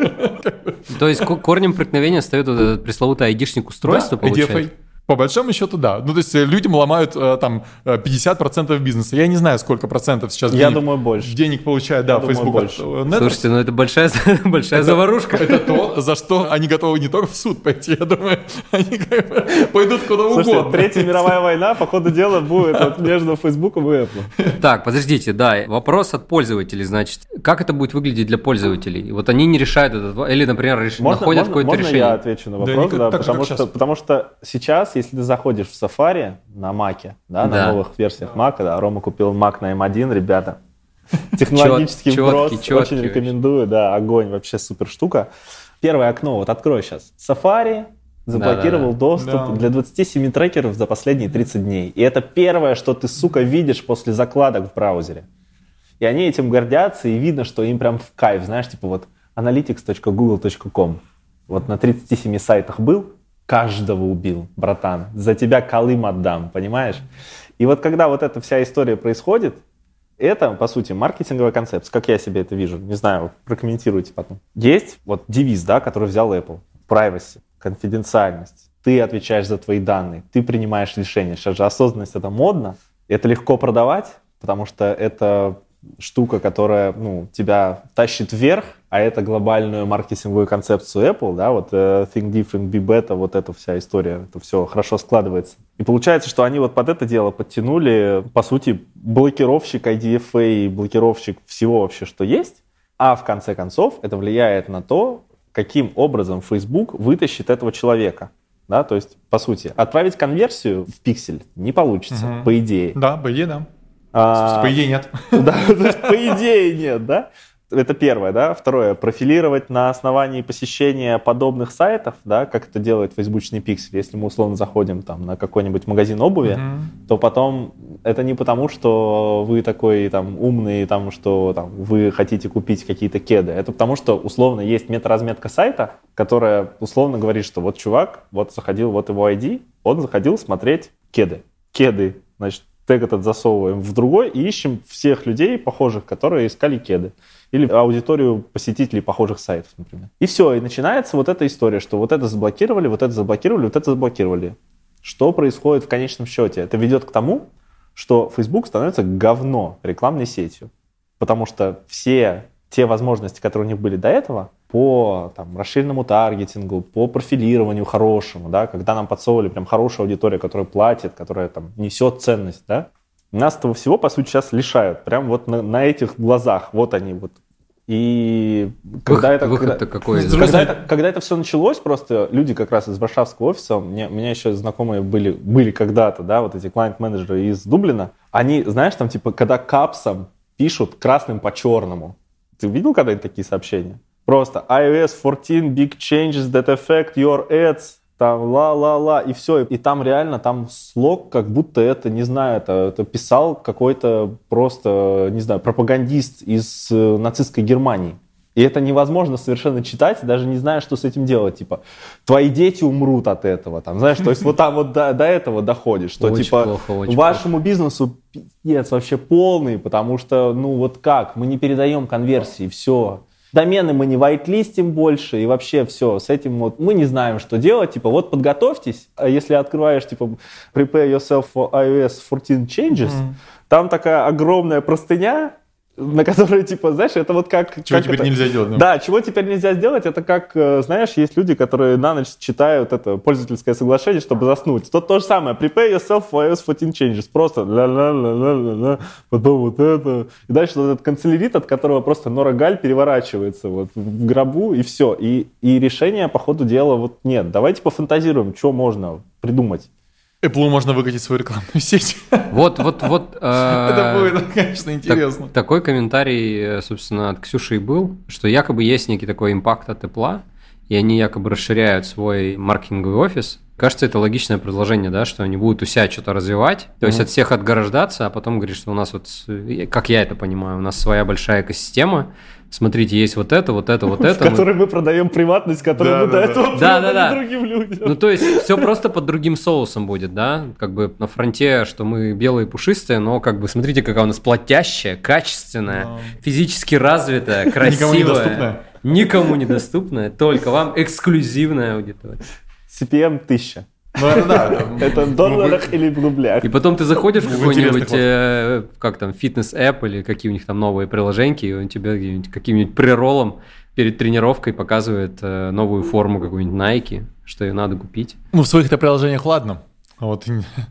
То есть корнем преткновения стоит этот пресловутый айдишник устройства, получается? По большому счету, да. Ну, то есть людям ломают там пятьдесят процентов бизнеса. Я не знаю, сколько процентов сейчас Я денег, думаю, больше. денег получает, да, Facebook. Больше. Слушайте, ну это большая, большая это, заварушка. Это то, за что они готовы не только в суд пойти, я думаю, они как бы пойдут куда Слушайте, угодно. Третья мировая война, по ходу дела, будет вот между Facebook и Apple. Так, подождите, да, вопрос от пользователей, значит, как это будет выглядеть для пользователей? Вот они не решают этот, или, например, реш... можно, находят можно, какое-то можно решение. Я отвечу на вопрос, да, да, так, потому, так что, потому что сейчас, если ты заходишь в Safari на Mac, да, Да. на новых версиях Mac, да, Рома купил Mac на эм один, ребята, технологический вброс, очень рекомендую, да, огонь, вообще супер штука. Первое окно, вот открой сейчас, Safari заблокировал Да-да-да. доступ Да. для двадцати семи трекеров за последние тридцать дней. И это первое, что ты, сука, видишь после закладок в браузере. И они этим гордятся, и видно, что им прям в кайф, знаешь, типа вот аналитикс точка гугл точка ком. Вот на тридцати семи сайтах был, каждого убил, братан. За тебя колым отдам, понимаешь? И вот когда вот эта вся история происходит, это, по сути, маркетинговая концепция, как я себе это вижу. Не знаю, вот прокомментируйте потом. Есть вот девиз, да, который взял Apple. Privacy, конфиденциальность. Ты отвечаешь за твои данные, ты принимаешь решения. Сейчас же осознанность — это модно. Это легко продавать, потому что это штука, которая, ну, тебя тащит вверх, а это глобальную маркетинговую концепцию Apple, да, вот uh, Think Different, Be Better, вот эта вся история, это все хорошо складывается. И получается, что они вот под это дело подтянули, по сути, блокировщик ай ди эф эй, блокировщик всего вообще, что есть, а в конце концов это влияет на то, каким образом Facebook вытащит этого человека. Да, то есть, по сути, отправить конверсию в пиксель не получится, угу. по идее. Да, по идее, да. А, по идее нет. Да, по идее нет, да? Это первое, да. Второе, профилировать на основании посещения подобных сайтов, да, как это делает фейсбучный пиксель. Если мы условно заходим там на какой-нибудь магазин обуви, uh-huh. то потом это не потому, что вы такой там умный, там, что там, вы хотите купить какие-то кеды. Это потому, что условно есть метаразметка сайта, которая условно говорит, что вот чувак, вот заходил, вот его ай ди, он заходил смотреть кеды. Кеды, значит, тег этот засовываем в другой и ищем всех людей похожих, которые искали кеды. Или аудиторию посетителей похожих сайтов, например. И все, и начинается вот эта история, что вот это заблокировали, вот это заблокировали, вот это заблокировали. Что происходит в конечном счете? Это ведет к тому, что Facebook становится говно рекламной сетью. Потому что все те возможности, которые у них были до этого, по там, расширенному таргетингу, по профилированию хорошему, да, когда нам подсовывали прям хорошую аудиторию, которая платит, которая там, несет ценность, да, нас этого всего, по сути, сейчас лишают. Прям вот на, на этих глазах. Вот они вот. И когда это, выход-то когда, какой? Когда, это, когда это все началось, просто люди как раз из варшавского офиса, мне, у меня еще знакомые были, были когда-то, да, вот эти клиент-менеджеры из Дублина, они, знаешь, там типа, когда капсом пишут красным по черному. Ты видел когда-нибудь такие сообщения? Просто iOS fourteen big changes that affect your ads, там ла-ла-ла, и все. И там реально, там слог, как будто это, не знаю, это, это писал какой-то просто, не знаю, пропагандист из э, нацистской Германии. И это невозможно совершенно читать, даже не зная, что с этим делать. Типа, твои дети умрут от этого. Там, знаешь, то есть вот там вот до, до этого доходишь, что очень типа плохо, очень вашему плохо. бизнесу пиздец вообще полный, потому что, ну вот как, мы не передаем конверсии, все. Домены мы не вайтлистим больше, и вообще все, с этим вот мы не знаем, что делать. Типа, вот подготовьтесь, а если открываешь, типа, prepare yourself for iOS fourteen changes, mm-hmm. там такая огромная простыня, на которой, типа, знаешь, это вот как... Чего как теперь это... нельзя делать? Да? да, чего теперь нельзя сделать, это как, знаешь, есть люди, которые на ночь читают это пользовательское соглашение, чтобы заснуть. Тут то же самое. Prepare yourself for iOS fourteen changes. Просто ла-ла-ла-ла-ла-ла, потом вот это. И дальше вот этот канцелярит, от которого просто Нора Галь переворачивается вот в гробу, и все. И, и решения, по ходу дела, вот нет. Давайте пофантазируем, что можно придумать. Apple можно выкатить свою рекламную сеть. Вот, вот, вот. Это будет, конечно, интересно. Такой комментарий, собственно, от Ксюши и был, что якобы есть некий такой импакт от Apple, и они якобы расширяют свой маркетинговый офис. Кажется, это логичное предложение, да, что они будут у себя что-то развивать, то есть от всех отграждаться, а потом говорить, что у нас вот, как я это понимаю, у нас своя большая экосистема. Смотрите, есть вот это, вот это, вот это. В которой мы продаем приватность, которую мы до этого продали другим людям. Ну, то есть, все просто под другим соусом будет, да? Как бы на фронте, что мы белые пушистые, но как бы смотрите, какая у нас платящая, качественная, физически развитая, красивая. Никому недоступная. Никому недоступная, только вам эксклюзивная аудитория. си пи эм тысяча. Ну, это да. Это в долларах или в рублях. И потом ты заходишь в какой-нибудь, э, как там, фитнес-эп или какие у них там новые приложеньки, и он тебе каким-нибудь прероллом перед тренировкой показывает э, новую форму какую-нибудь Nike, что ее надо купить. Ну, в своих-то приложениях ладно. Вот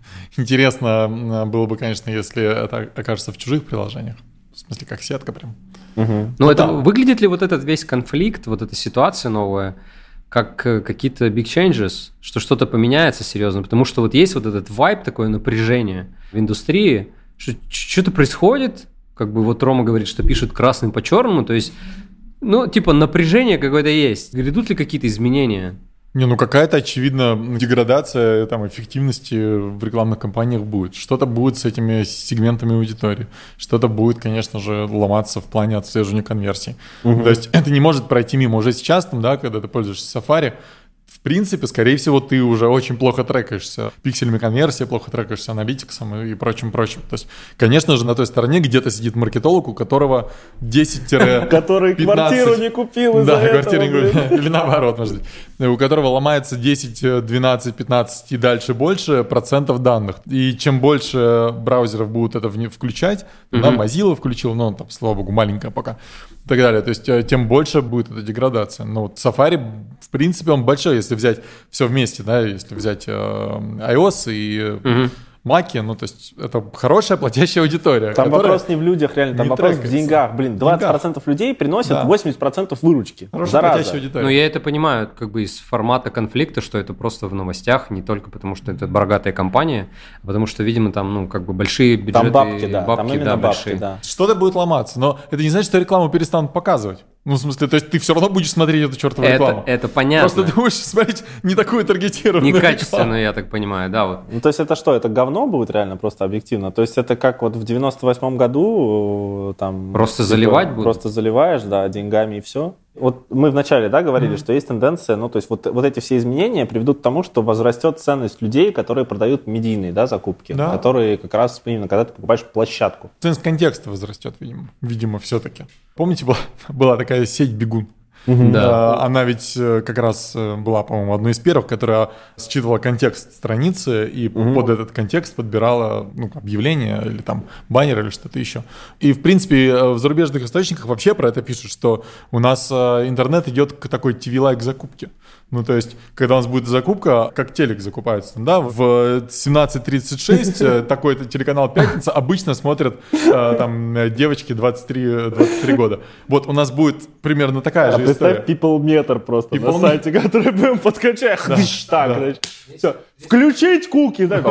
интересно было бы, конечно, если это окажется в чужих приложениях. В смысле, как сетка прям. Угу. Ну, это, выглядит ли вот этот весь конфликт, вот эта ситуация новая, как какие-то big changes, что что-то поменяется серьезно, потому что вот есть вот этот вайб, такое напряжение в индустрии, что что-то происходит, как бы вот Рома говорит, что пишут красным по черному, то есть, ну, типа напряжение какое-то есть. Грядут ли какие-то изменения? Не, ну какая-то, очевидно, деградация там, эффективности в рекламных кампаниях будет. Что-то будет с этими сегментами аудитории. Что-то будет, конечно же, ломаться в плане отслеживания конверсий. Угу. То есть это не может пройти мимо. Уже сейчас, там, да, когда ты пользуешься Safari, в принципе, скорее всего, ты уже очень плохо трекаешься пикселями конверсии, плохо трекаешься аналитиксом и прочим-прочим. То есть, конечно же, на той стороне где-то сидит маркетолог, у которого десять-пятнадцать... Который квартиру не купил из-за этого. Да, квартиру не купил. Или наоборот, может быть. У которого ломается десять, двенадцать, пятнадцать и дальше больше процентов данных. И чем больше браузеров будут это включать, mm-hmm. да, Mozilla включил, но там, слава богу, маленькая пока, и так далее. То есть, тем больше будет эта деградация. Но вот Safari, в принципе, он большой, если взять все вместе, да, если взять э, iOS и mm-hmm. Mac, ну, то есть это хорошая платящая аудитория. Там вопрос не в людях, реально, там вопрос трекается. В деньгах. Блин, двадцать процентов людей приносят да. восемьдесят процентов выручки. Хорошая платящая аудитория. Ну, я это понимаю, как бы из формата конфликта, что это просто в новостях, не только потому, что это богатая компания, а потому что, видимо, там, ну, как бы большие бюджеты. Там бабки, да, бабки, там именно да, бабки, большие. да. Что-то будет ломаться, но это не значит, что рекламу перестанут показывать. Ну, в смысле, то есть ты все равно будешь смотреть эту чертову это, рекламу. Это понятно. Просто ты будешь смотреть не такую таргетированную некачественную, рекламу. я так понимаю, да. Вот. Ну, то есть это что, это говно будет реально просто объективно? То есть это как вот в девяносто восьмом году там... Просто заливать будут? Просто заливаешь, да, деньгами и все. Вот мы вначале, да, говорили, mm-hmm. что есть тенденция, ну, то есть вот, вот эти все изменения приведут к тому, что возрастет ценность людей, которые продают медийные, да, закупки, да. которые как раз именно когда ты покупаешь площадку. Ценность контекста возрастет, видимо, видимо, все-таки. Помните, была, была такая сеть Бегун? Угу. Да. Она ведь как раз была, по-моему, одной из первых, которая считывала контекст страницы и угу. под этот контекст подбирала ну, объявление или там баннер или что-то еще. И, в принципе, в зарубежных источниках вообще про это пишут, что у нас интернет идет к такой ти ви-лайк закупке. Ну, то есть, когда у нас будет закупка, как телек закупается, да, в семнадцать тридцать шесть такой-то телеканал «Пятница» обычно смотрят там девочки двадцать три года. Вот у нас будет примерно такая а же история. Представь people-метр просто people на сайте, который будем подкачать. Да, так, да. значит, все. Включить куки. Да,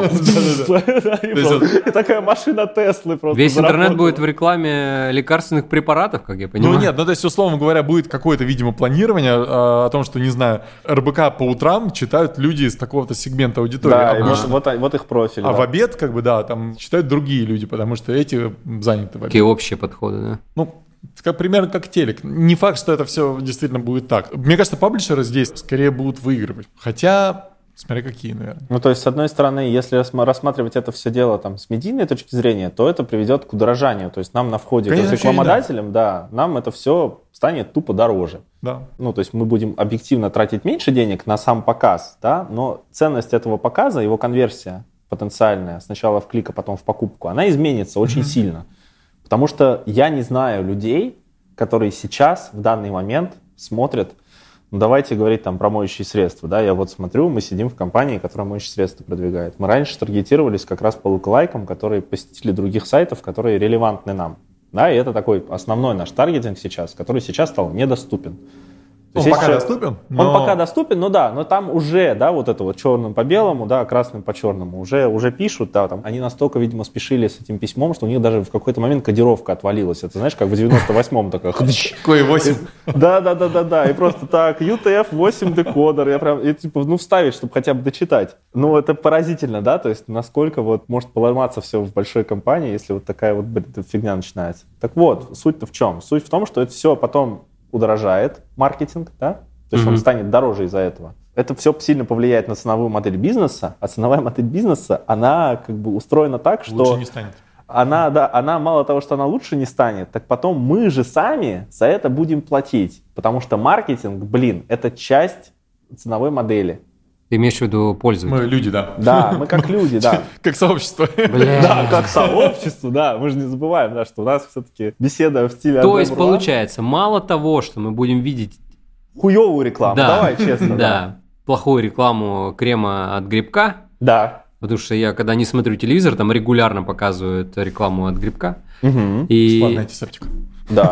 и такая машина Теслы просто. Весь интернет будет в рекламе лекарственных препаратов, как я понимаю. Ну нет, ну то есть, условно говоря, будет какое-то, видимо, планирование а, о том, что, не знаю, эр бэ ка по утрам читают люди из такого-то сегмента аудитории. Да, а вот, вот, вот их профиль. А да. в обед, как бы, да, там читают другие люди, потому что эти заняты в обед. Какие общие подходы, да? Ну, как, примерно как телек. Не факт, что это все действительно будет так. Мне кажется, паблишеры здесь скорее будут выигрывать. Хотя... Смотри, какие, наверное. Ну, то есть, с одной стороны, если рассматривать это все дело там, с медийной точки зрения, то это приведет к удорожанию. То есть, нам на входе, Конечно, как рекламодателям, да. да, нам это все станет тупо дороже. Да. Ну, то есть, мы будем объективно тратить меньше денег на сам показ, да, но ценность этого показа, его конверсия потенциальная, сначала в клик, а потом в покупку, она изменится очень mm-hmm. сильно. Потому что я не знаю людей, которые сейчас, в данный момент, смотрят. Ну, давайте говорить там про моющие средства, да, я вот смотрю, мы сидим в компании, которая моющие средства продвигает. Мы раньше таргетировались как раз по лук-лайкам, которые посетители других сайтов, которые релевантны нам, да, и это такой основной наш таргетинг сейчас, который сейчас стал недоступен. Он пока сейчас... доступен? Но... Он пока доступен, ну да, но там уже, да, вот это вот черным по белому, да, красным по черному, уже, уже пишут, да, там, они настолько, видимо, спешили с этим письмом, что у них даже в какой-то момент кодировка отвалилась. Это, знаешь, как в девяносто восьмом такая. Кой восемь. Да, да, да, да, да, и просто так, ю ти эф восемь декодер, я прям, и, типа, ну, вставить, чтобы хотя бы дочитать. Ну, это поразительно, да, то есть, насколько вот может поломаться все в большой компании, если вот такая вот фигня начинается. Так вот, суть-то в чем? Суть в том, что это все потом удорожает маркетинг, да? То есть mm-hmm. он станет дороже из-за этого. Это все сильно повлияет на ценовую модель бизнеса, а ценовая модель бизнеса, она как бы устроена так, что... Лучше не станет. Она, да, она мало того, что она лучше не станет, так потом мы же сами за это будем платить. Потому что маркетинг, блин, это часть ценовой модели. Ты имеешь в виду пользователя? Мы люди, да. Да, мы как люди, да. Как сообщество. Да, как сообщество, да. Мы же не забываем, да, что у нас все-таки беседа в стиле... То есть, получается, мало того, что мы будем видеть... Хуевую рекламу, давай честно. Да, плохую рекламу крема от грибка. Да. Потому что я, когда не смотрю телевизор, там регулярно показывают рекламу от грибка. Бесплатный антисептик. Да.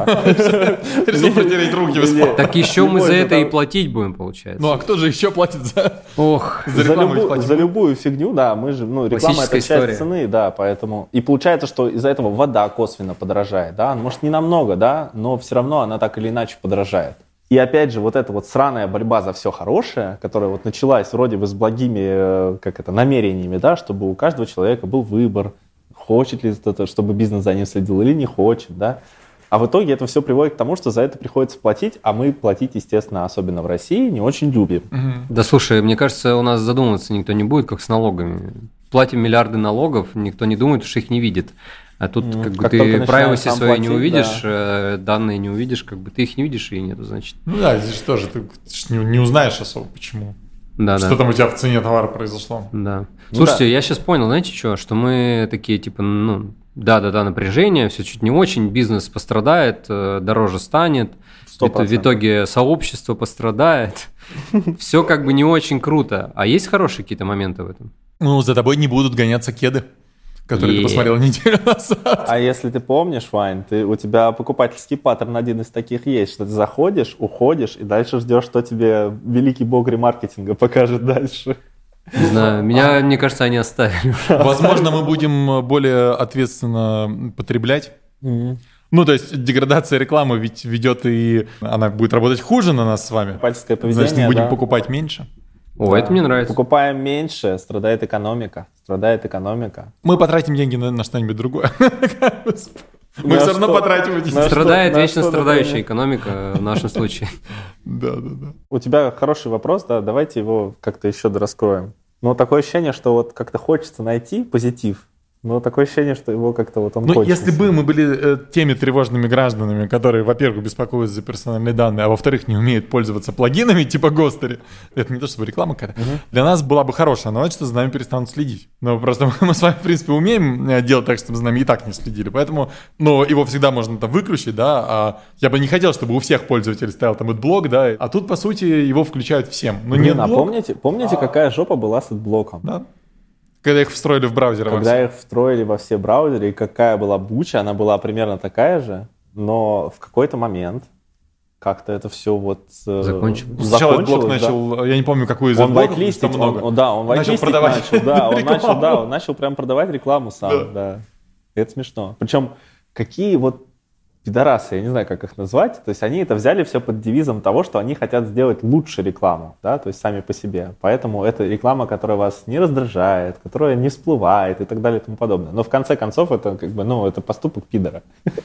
Решил протереть руки бесплатно. Так еще мы за это и платить будем, получается. Ну а кто же еще платит за Ох, за рекламу? За любую фигню, да, мы же, ну, реклама это часть цены, да, поэтому... И получается, что из-за этого вода косвенно подорожает, да, может не намного, да, но все равно она так или иначе подорожает. И опять же, вот эта вот сраная борьба за все хорошее, которая вот началась вроде бы с благими, как это, намерениями, да, чтобы у каждого человека был выбор, хочет ли это, чтобы бизнес за ним следил или не хочет, да. А в итоге это все приводит к тому, что за это приходится платить, а мы платить, естественно, особенно в России, не очень любим. Угу. Да слушай, мне кажется, у нас задумываться никто не будет, как с налогами. Платим миллиарды налогов, никто не думает, что их не видит. А тут ну, как бы как ты privacy свои платить, не увидишь, да. Данные не увидишь, как бы ты их не видишь и нету, значит. Ну да, здесь тоже ты не, не узнаешь особо, почему. Да, что да. там у тебя в цене товара произошло. Да. Слушайте, ну, да. я сейчас понял, знаете что, что мы такие типа, ну, да-да-да, напряжение, все чуть не очень, бизнес пострадает, дороже станет, сто процентов. В итоге сообщество пострадает, все как бы не очень круто. А есть хорошие какие-то моменты в этом? Ну, за тобой не будут гоняться кеды, которые ты посмотрел неделю назад. А если ты помнишь, Вань, ты, у тебя покупательский паттерн один из таких есть, что ты заходишь, уходишь и дальше ждешь, что тебе великий бог ремаркетинга покажет дальше. Не знаю, меня, мне кажется, они оставили. Возможно, мы будем более ответственно потреблять. Mm-hmm. Ну, то есть деградация рекламы ведь ведет и она будет работать хуже на нас с вами. Покупательское поведение, значит, мы будем да. покупать меньше. О, да. Это мне нравится. Покупаем меньше, страдает экономика. Страдает экономика. Мы потратим деньги на, на что-нибудь другое. Мы на все что? равно потратим эти деньги. Страдает на вечно страдающая экономика в нашем случае. Да, да, да. У тебя хороший вопрос, да, давайте его как-то еще дораскроем. Но такое ощущение, что вот как-то хочется найти позитив Ну, такое ощущение, что его как-то вот он Ну, кончился. если бы мы были э, теми тревожными гражданами, которые, во-первых, беспокоятся за персональные данные, а во-вторых, не умеют пользоваться плагинами типа Гостери, это не то чтобы реклама какая-то, угу. Для нас была бы хорошая новость, что за нами перестанут следить. Но просто мы с вами, в принципе, умеем делать так, чтобы за нами и так не следили. Поэтому, ну, его всегда можно там выключить, да, а я бы не хотел, чтобы у всех пользователей стоял там адблок, да, а тут, по сути, его включают всем. Но Блин, не а адблок, помните, помните а... какая жопа была с адблоком? Да. Когда их встроили в браузер. Когда их встроили во все браузеры, и какая была буча, она была примерно такая же, но в какой-то момент как-то это все вот закончилось. Сначала блок начал, да. Я не помню, какой из он блоков, там много. Он, да, он начал продавать начал, да, он начал, да, он начал прям продавать рекламу сам, да. да. Это смешно. Причем какие вот пидорасы, я не знаю, как их назвать, то есть они это взяли все под девизом того, что они хотят сделать лучше рекламу, да, то есть сами по себе. Поэтому это реклама, которая вас не раздражает, которая не всплывает и так далее и тому подобное. Но в конце концов это как бы, ну, это поступок пидора.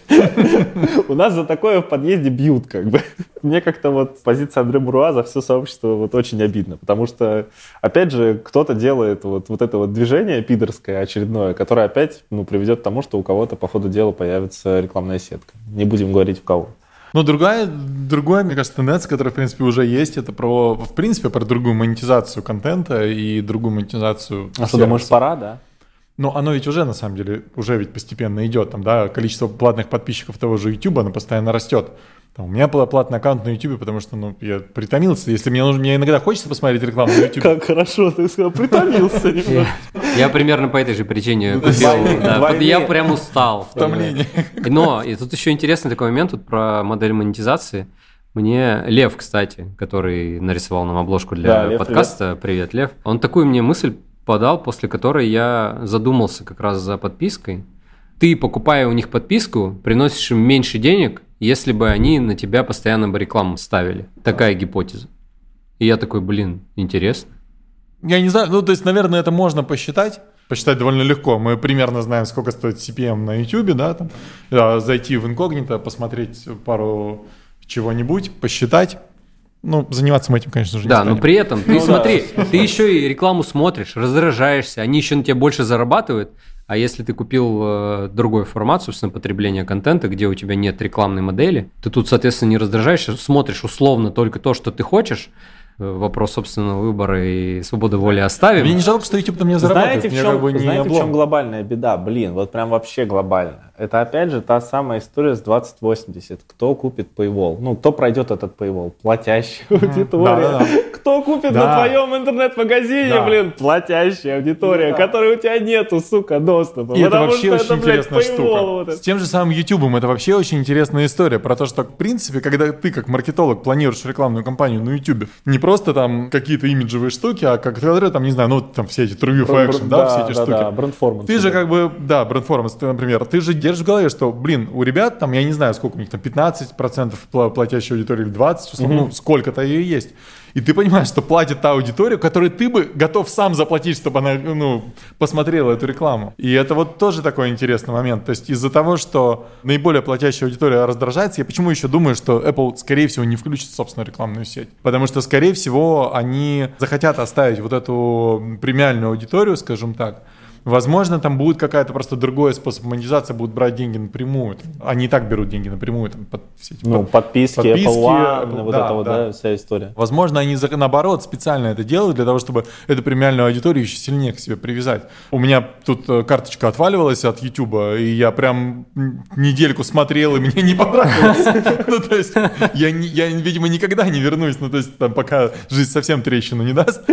У нас за такое в подъезде бьют, как бы. Мне как-то вот позиция Андре Буруа за все сообщество вот очень обидно, потому что, опять же, кто-то делает вот, вот это вот движение пидорское очередное, которое опять, ну, приведет к тому, что у кого-то по ходу дела появится рекламная сетка. Не будем говорить в кого. Но другая, другая, мне кажется, тенденция, которая, в принципе, уже есть, это про, в принципе, про другую монетизацию контента и другую монетизацию. А что, думаешь, пора, да? Но оно ведь уже, на самом деле, уже ведь постепенно идет. Там, да, количество платных подписчиков того же YouTube, оно постоянно растет. Там, у меня был платный аккаунт на YouTube, потому что, ну, я притомился. Если мне нужно, мне иногда хочется посмотреть рекламу на YouTube. Как хорошо, ты сказал, притомился немного. Я примерно по этой же причине купил. Я прям устал. Втомление. Но, и тут еще интересный такой момент про модель монетизации. Мне Лев, кстати, который нарисовал нам обложку для подкаста, привет, Лев, он такую мне мысль подал, после которой я задумался как раз за подпиской. Ты, покупая у них подписку, приносишь им меньше денег, если бы они на тебя постоянно бы рекламу ставили. Такая гипотеза. И я такой, блин, интересно. Я не знаю, ну то есть, наверное, это можно посчитать. Посчитать довольно легко. Мы примерно знаем, сколько стоит си пи эм на YouTube, да, там, да, зайти в инкогнито, посмотреть пару чего-нибудь, посчитать. Ну, заниматься мы этим, конечно же, не Да, станем. но при этом, ты ну, смотри, да. ты еще и рекламу смотришь, раздражаешься, они еще на тебя больше зарабатывают, а если ты купил э, другой формат, собственно, потребления контента, где у тебя нет рекламной модели, ты тут, соответственно, не раздражаешься, смотришь условно только то, что ты хочешь, вопрос собственного выбора и свободы воли оставим. Мне не жалко, что YouTube там не зарабатывает. Знаете, в чем, как бы знаете, в чем глобальная беда? Блин, вот прям вообще глобальная. Это опять же та самая история с двадцать восемьдесят. Кто купит Paywall? Ну, кто пройдет этот Paywall? Платящая аудитория. Да, да, да. Кто купит да. на твоем интернет-магазине, да. блин, платящая аудитория, да. которой у тебя нету, сука, доступа. И это вообще очень это, интересная блядь, штука. Вот с тем же самым YouTube это вообще очень интересная история про то, что, в принципе, когда ты как маркетолог планируешь рекламную кампанию на YouTube, не просто там какие-то имиджевые штуки, а как там, не знаю, ну, там все эти True for Action, да, да, все эти да, штуки. Да, бренд-форманс. Ты же как бы, да, бренд-форманс, ты, например, ты же держишь в голове, что, блин, у ребят там, я не знаю, сколько у них там, пятнадцать процентов платящей аудитории или двадцать процентов, mm-hmm. ну, сколько-то ее есть. И ты понимаешь, что платит та аудитория, которой ты бы готов сам заплатить, чтобы она, ну, посмотрела эту рекламу. И это вот тоже такой интересный момент. То есть из-за того, что наиболее платящая аудитория раздражается, я почему еще думаю, что Apple, скорее всего, не включит собственную рекламную сеть. Потому что, скорее всего, они захотят оставить вот эту премиальную аудиторию, скажем так. Возможно, там будет какая-то просто другой способ монетизации, будут брать деньги напрямую. Они и так берут деньги напрямую. Там, под, все эти, ну, под, подписки, подписки Apple One, Apple, вот да, это вот, да. да, вся история. Возможно, они, наоборот, специально это делают для того, чтобы эту премиальную аудиторию еще сильнее к себе привязать. У меня тут карточка отваливалась от YouTube, и я прям недельку смотрел, и мне не понравилось. Ну, то есть, я, видимо, никогда не вернусь, ну, то есть, там, пока жизнь совсем трещину не даст.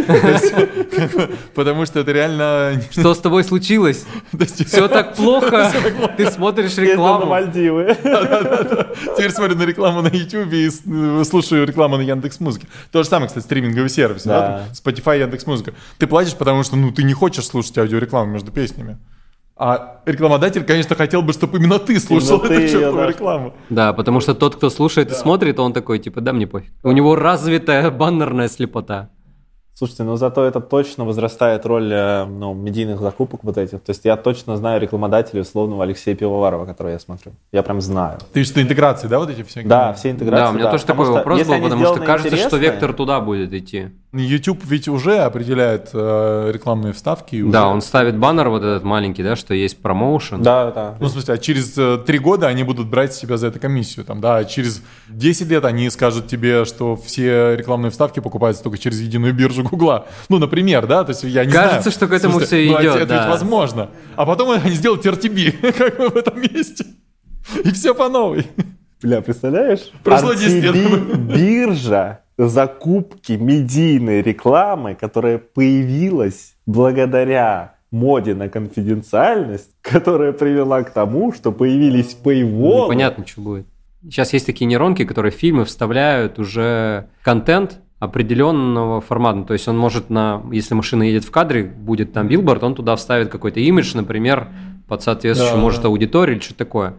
Потому что это реально... Что с тобой случилось? Все так плохо, ты смотришь рекламу. На Мальдивы. Теперь смотрю на рекламу на YouTube и слушаю рекламу на Яндекс.Музыке. То же самое, кстати, стриминговый сервис, да. Spotify, Яндекс.Музыка. Ты платишь, потому что, ну, ты не хочешь слушать аудиорекламу между песнями. А рекламодатель, конечно, хотел бы, чтобы именно ты слушал именно эту чертову рекламу. Да, потому что тот, кто слушает да. и смотрит, он такой, типа, да мне пофиг. У него развитая баннерная слепота. Слушайте, ну зато это точно возрастает роль ну, медийных закупок вот этих. То есть я точно знаю рекламодателей условного Алексея Пивоварова, которого я смотрю. Я прям знаю. Ты что, интеграции, да, вот эти все? Да, все интеграции. Да, у меня да. тоже такой вопрос был, потому что кажется, что вектор туда будет идти. YouTube ведь уже определяет э, рекламные вставки. Да, уже... он ставит баннер вот этот маленький, да, что есть промоушен. Да, да. Ну, в смысле, а через э, три года они будут брать с себя за это комиссию. Там, да, через десять лет они скажут тебе, что все рекламные вставки покупаются только через единую биржу Гугла. Ну, например, да, то есть я не Кажется, знаю. что к этому смысле, все ну, идет, это да. ведь возможно. А потом они сделают эр ти би как бы в этом месте. И все по новой. Бля, представляешь? Прошло десять лет. ар ти би биржа закупки медийной рекламы, которая появилась благодаря моде на конфиденциальность, которая привела к тому, что появились пейволы. Непонятно, что будет. Сейчас есть такие нейронки, которые в фильмы вставляют уже контент определенного формата. То есть он может, на, если машина едет в кадре, будет там билборд, он туда вставит какой-то имидж, например, под соответствующую, да, может, да. аудиторию или что-то такое.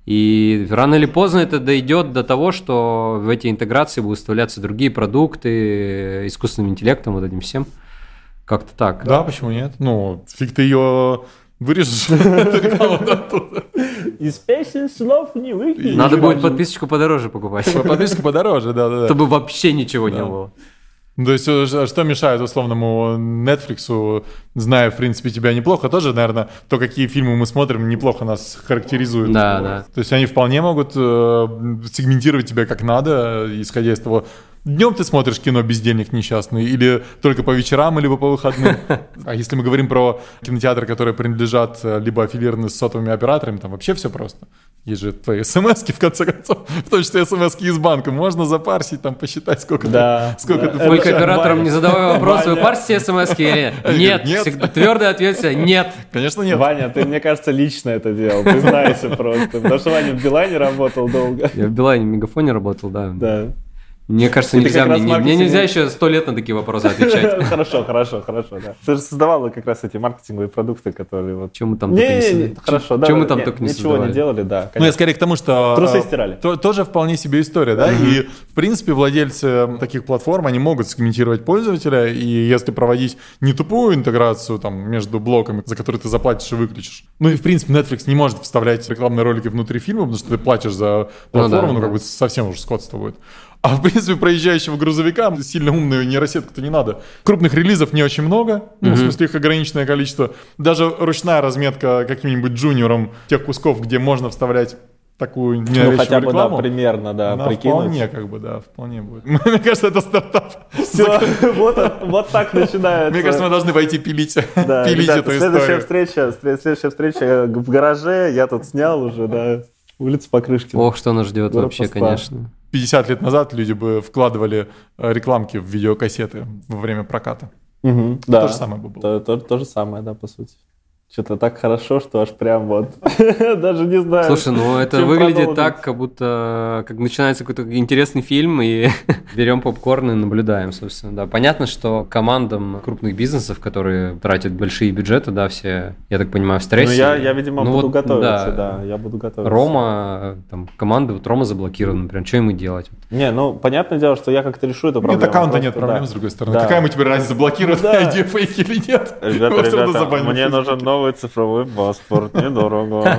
И рано или поздно это дойдет до того, что в эти интеграции будут вставляться другие продукты, искусственным интеллектом, вот этим всем. Как-то так. Да, почему нет? Ну, фиг ты ее вырежешь. эту рекламу оттуда. Из песен слов не выкинешь. Надо будет подписочку подороже покупать, Подписка подороже, да-да-да. чтобы вообще ничего не было. То есть, э, что мешает условному Netflix, зная, в принципе, тебя неплохо, тоже, наверное, то, какие фильмы мы смотрим, неплохо нас характеризуют. Да, да. То есть они вполне могут э, сегментировать тебя как надо, исходя из того, днем ты смотришь кино «Бездельник несчастный» или только по вечерам, либо по выходным. А если мы говорим про кинотеатры, которые принадлежат либо аффилированы с сотовыми операторами, там вообще все просто. Есть же твои смс-ки, в конце концов, в том числе смс-ки из банка. Можно запарсить, там, посчитать, сколько Да. ты... Сколько Да. ты Только получаешь. операторам не задавай вопрос, вы Ваня. парсите смс-ки или нет? Нет. Всегда твердый ответ всегда нет. Конечно, нет. Ваня, ты, мне кажется, лично это делал, признайся просто. Потому что Ваня в Билайне работал долго. Я в Билайне, в Мегафоне работал, да. Да. Мне кажется, И ты нельзя, как раз мне, мне маркетинг- нельзя еще сто лет на такие вопросы отвечать. Хорошо, хорошо, хорошо, да. Ты же создавала как раз эти маркетинговые продукты, которые вот... Чем мы там только не Не, создавали? не, хорошо, да. Чем мы да, там нет, только не Ничего создавали? не делали, да, Ну, я конечно. скорее к тому, что... Трусы э, стирали. то- тоже вполне себе история, да, и, в принципе, владельцы таких платформ, они могут сегментировать пользователя, и если проводить не тупую интеграцию там между блоками, за которые ты заплатишь и выключишь. Ну и, в принципе, Netflix не может вставлять рекламные ролики внутри фильма, потому что ты платишь за платформу, ну, да, как да. бы совсем уже скотство будет. А, в принципе, проезжающего грузовика сильно умную нейросетку-то не надо. Крупных релизов не очень много, ну, в смысле их ограниченное количество. Даже ручная разметка каким-нибудь джуниором тех кусков, где можно вставлять такую Ну, ненавязчивую хотя бы, да, рекламу, примерно, да, она прикинуть. вполне, как бы, да, вполне будет. Мне кажется, это стартап. Все, вот, вот так начинается. Мне кажется, мы должны пойти пилить, Да, пилить ребята, эту следующая историю. встреча, след- следующая встреча в гараже, я тут снял уже, да, улица Покрышкина. Ох, что нас ждет Город вообще, Москва. конечно. пятьдесят лет назад люди бы вкладывали э, рекламки в видеокассеты во время проката. Мгм, да. То же самое бы было. То, то- то же самое, да, по сути. Что-то так хорошо, что аж прям вот, даже не знаю. Слушай, ну это чем выглядит продолжить. так, как будто как начинается какой-то интересный фильм, и берем попкорн и наблюдаем, собственно. Да, понятно, что командам крупных бизнесов, которые тратят большие бюджеты, да, все, я так понимаю, в Ну, стрессе. я, я, видимо, Ну буду вот, готовиться, да. да. я буду готовиться. Рома, там, команда, вот Рома заблокирована, например, что ему делать? Не, ну, понятное дело, что я как-то решу эту проблему. Нет аккаунта, просто, нет проблем, да. с другой стороны. Да. Какая мы теперь разница, блокируют Да. дипфейки или нет? Ребята, Мы всё равно ребята, забаним мне Facebook. нужен новый цифровой паспорт, недорого.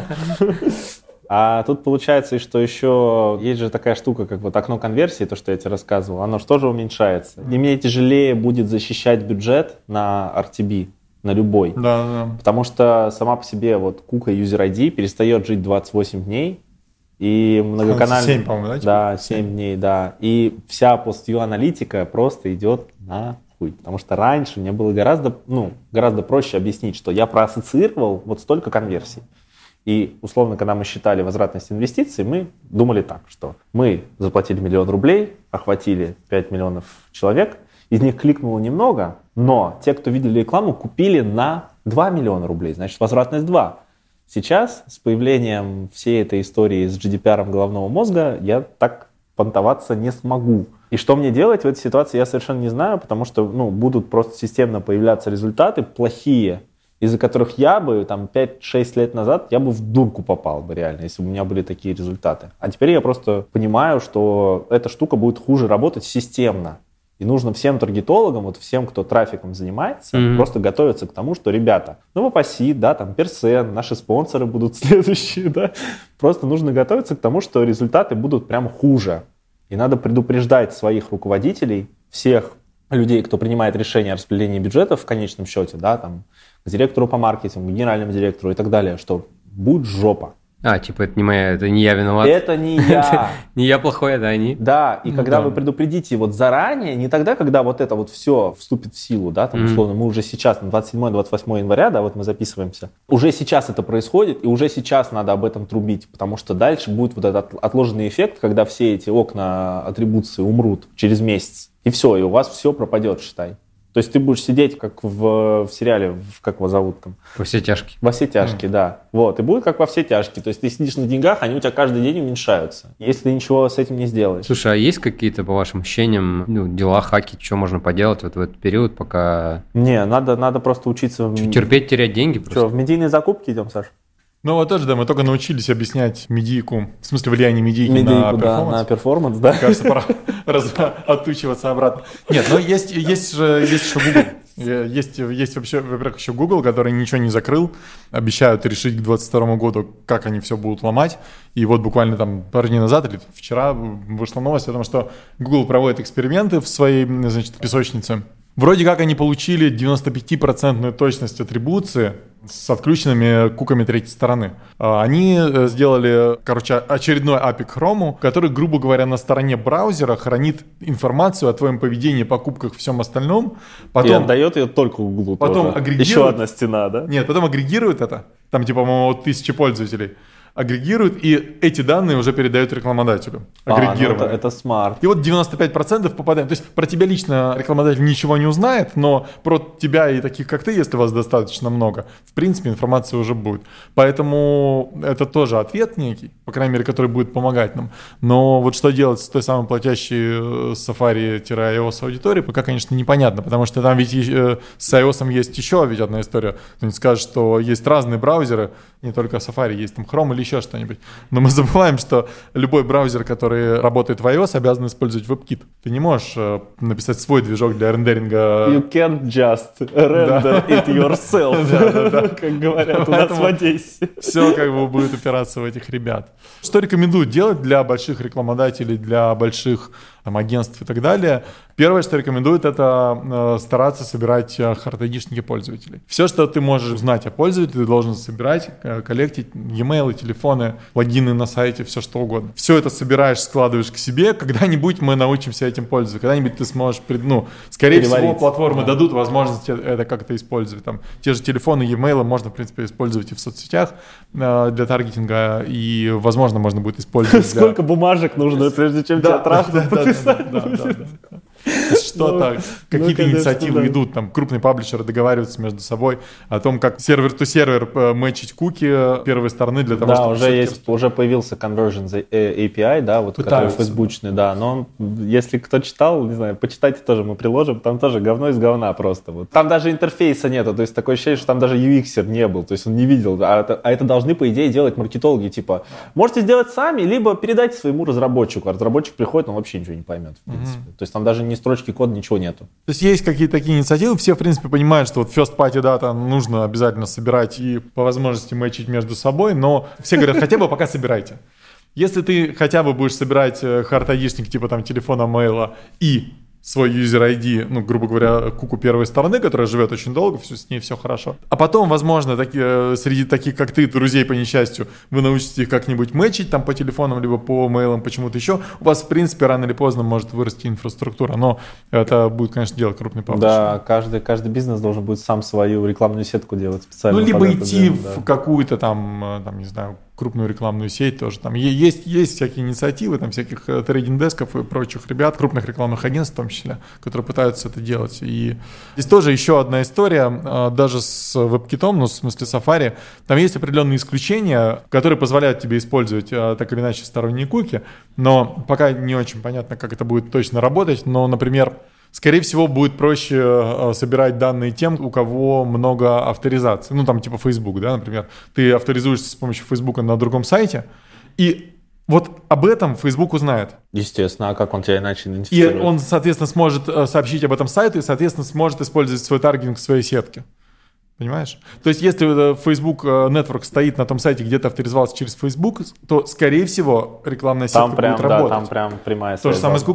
А тут получается, что еще есть же такая штука, как вот окно конверсии, то, что я тебе рассказывал, оно же тоже уменьшается. И мне тяжелее будет защищать бюджет на ар ти би, на любой. Да, да. Потому что сама по себе вот кука User ай ди перестает жить двадцать восемь дней. И многоканальный... семь, по-моему, да? типа? Да, семь дней, да. И вся пост-view аналитика просто идет на хуй. Потому что раньше мне было гораздо, ну, гораздо проще объяснить, что я проассоциировал вот столько конверсий. И, условно, когда мы считали возвратность инвестиций, мы думали так, что мы заплатили миллион рублей, охватили пять миллионов человек, из них кликнуло немного, но те, кто видели рекламу, купили на два миллиона рублей, значит, возвратность два. Сейчас, с появлением всей этой истории с джи ди пи ар головного мозга, я так понтоваться не смогу. И что мне делать в этой ситуации, я совершенно не знаю, потому что ну, будут просто системно появляться результаты плохие, из-за которых я бы там пять-шесть лет назад я бы в дурку попал бы реально, если бы у меня были такие результаты. А теперь я просто понимаю, что эта штука будет хуже работать системно. И нужно всем таргетологам, вот всем, кто трафиком занимается, mm-hmm. просто готовиться к тому, что, ребята, ну, Вапаси, да, там, Персен, наши спонсоры будут следующие, да. Просто нужно готовиться к тому, что результаты будут прям хуже. И надо предупреждать своих руководителей, всех людей, кто принимает решение о распределении бюджета в конечном счете, да, там, к директору по маркетингу, к генеральному директору и так далее, что будет жопа. А, типа, это не моя, это не я виноват. Это не я. Не я плохой, это они. Да, и когда вы предупредите вот заранее, не тогда, когда вот это вот все вступит в силу, да, там, условно, мы уже сейчас, на двадцать седьмое - двадцать восьмое января, да, вот мы записываемся, уже сейчас это происходит, и уже сейчас надо об этом трубить, потому что дальше будет вот этот отложенный эффект, когда все эти окна атрибуции умрут через месяц, и все, и у вас все пропадет, считай. То есть ты будешь сидеть, как в, в сериале, в, как его зовут там? Во все тяжкие. Во все тяжкие, mm. да. Вот, и будет как во все тяжкие. То есть ты сидишь на деньгах, они у тебя каждый день уменьшаются, если ты ничего с этим не сделаешь. Слушай, а есть какие-то, по вашим ощущениям, ну, дела, хаки, что можно поделать вот в этот период, пока... Не, надо, надо просто учиться... Что, терпеть, терять деньги просто? Что, в медийные закупки идем, Саш? Ну вот тоже, да, мы только научились объяснять медийку, в смысле влияние медийки Медийку, на перформанс. Да, на перформанс, да. Мне кажется, пора раз, отучиваться обратно. Нет, но есть, есть же есть еще Google. Есть, есть вообще, во-первых, еще Google, который ничего не закрыл, обещают решить к двадцать второму году, как они все будут ломать. И вот буквально там пару дней назад или вчера вышла новость о том, что Google проводит эксперименты в своей, значит, песочнице. Вроде как они получили девяносто пять процентов точность атрибуции с отключенными куками третьей стороны. Они сделали, короче, очередной эй пи ай к Chrome, который, грубо говоря, на стороне браузера хранит информацию о твоем поведении, покупках, всем остальном. Потом, и отдает ее только Google. Потом тоже. Агрегирует. Еще одна стена, да? Нет, потом агрегирует это. Там, типа, по-моему, тысячи пользователей. Агрегирует, и эти данные уже передают рекламодателю. Агрегированы. А, ну это, это смарт. И вот девяносто пять процентов попадает. То есть про тебя лично рекламодатель ничего не узнает, но про тебя и таких, как ты, если вас достаточно много, в принципе, информация уже будет. Поэтому это тоже ответ некий, по крайней мере, который будет помогать нам. Но вот что делать с той самой платящей Safari-iOS аудиторией, пока, конечно, непонятно, потому что там ведь с iOS есть еще ведь одна история. Кто-нибудь скажет, что есть разные браузеры, не только Safari, есть там Chrome или еще что-нибудь. Но мы забываем, что любой браузер, который работает в iOS, обязан использовать WebKit. Ты не можешь э, написать свой движок для рендеринга. You can't just render it yourself, как говорят у нас в Одессе. Все как бы будет упираться в этих ребят. Что рекомендую делать для больших рекламодателей, для больших там, агентств и так далее? Первое, что рекомендуют, это э, стараться собирать э, хард-айдишники пользователей. Все, что ты можешь узнать о пользователе, ты должен собирать, э, коллектить e-mail, телефоны, логины на сайте, все что угодно. Все это собираешь, складываешь к себе. Когда-нибудь мы научимся этим пользоваться. Когда-нибудь ты сможешь, ну, скорее Переварить. всего, платформы да. дадут возможность это как-то использовать. Там, те же телефоны, e-mail можно, в принципе, использовать и в соцсетях э, для таргетинга, и, возможно, можно будет использовать для... Сколько бумажек нужно, прежде чем тебя трахнут подписать? Да, да, да. Что-то, какие-то ну, инициативы да. идут, там крупные паблишеры договариваются между собой о том, как сервер-то-сервер мэчить куки первой стороны для того, да, чтобы... уже есть, уже появился Conversions эй пи ай, да, вот который фейсбучный, да, но он, если кто читал, не знаю, почитайте тоже, мы приложим, там тоже говно из говна просто. Вот. Там даже интерфейса нету, то есть такое ощущение, что там даже ю экс-ер не был, то есть он не видел, а это, а это должны, по идее, делать маркетологи, типа, можете сделать сами, либо передайте своему разработчику, а разработчик приходит, он вообще ничего не поймет, в принципе. Mm-hmm. То есть там даже не строчки кода, ничего нету. То есть есть какие-то такие инициативы, все, в принципе, понимают, что вот first party data нужно обязательно собирать и по возможности мэчить между собой, но все говорят, хотя бы пока собирайте. Если ты хотя бы будешь собирать хард-айдишник типа там телефона, мейла и свой user ай ди, ну, грубо говоря, куку первой стороны, которая живет очень долго, все, с ней все хорошо. А потом, возможно, таки, среди таких, как ты, друзей по несчастью, вы научитесь их как-нибудь мэчить там по телефонам, либо по мейлам, почему-то еще. У вас, в принципе, рано или поздно может вырасти инфраструктура, но это будет, конечно, делать крупный паблишер. Да, каждый, каждый бизнес должен будет сам свою рекламную сетку делать специально. Ну, либо идти делать, в да. какую-то там, там, не знаю, крупную рекламную сеть тоже. Там есть, есть всякие инициативы, там всяких трейдинг-десков и прочих ребят, крупных рекламных агентств в том числе, которые пытаются это делать. И здесь тоже еще одна история, даже с WebKit, ну, в смысле Safari, там есть определенные исключения, которые позволяют тебе использовать так или иначе сторонние куки, но пока не очень понятно, как это будет точно работать. Но, например, скорее всего, будет проще собирать данные тем, у кого много авторизаций. Ну, там типа Facebook, да, например. Ты авторизуешься с помощью Facebook на другом сайте, и вот об этом Facebook узнает. Естественно, а как он тебя иначе идентифицирует? И он, соответственно, сможет сообщить об этом сайту и, соответственно, сможет использовать свой таргетинг в своей сетке. Понимаешь? То есть, если Facebook Network стоит на том сайте, где ты авторизовался через Facebook, то, скорее всего, рекламная сетка там прям, будет работать. Да, там прям прямая связь. То же самое с Гуглом.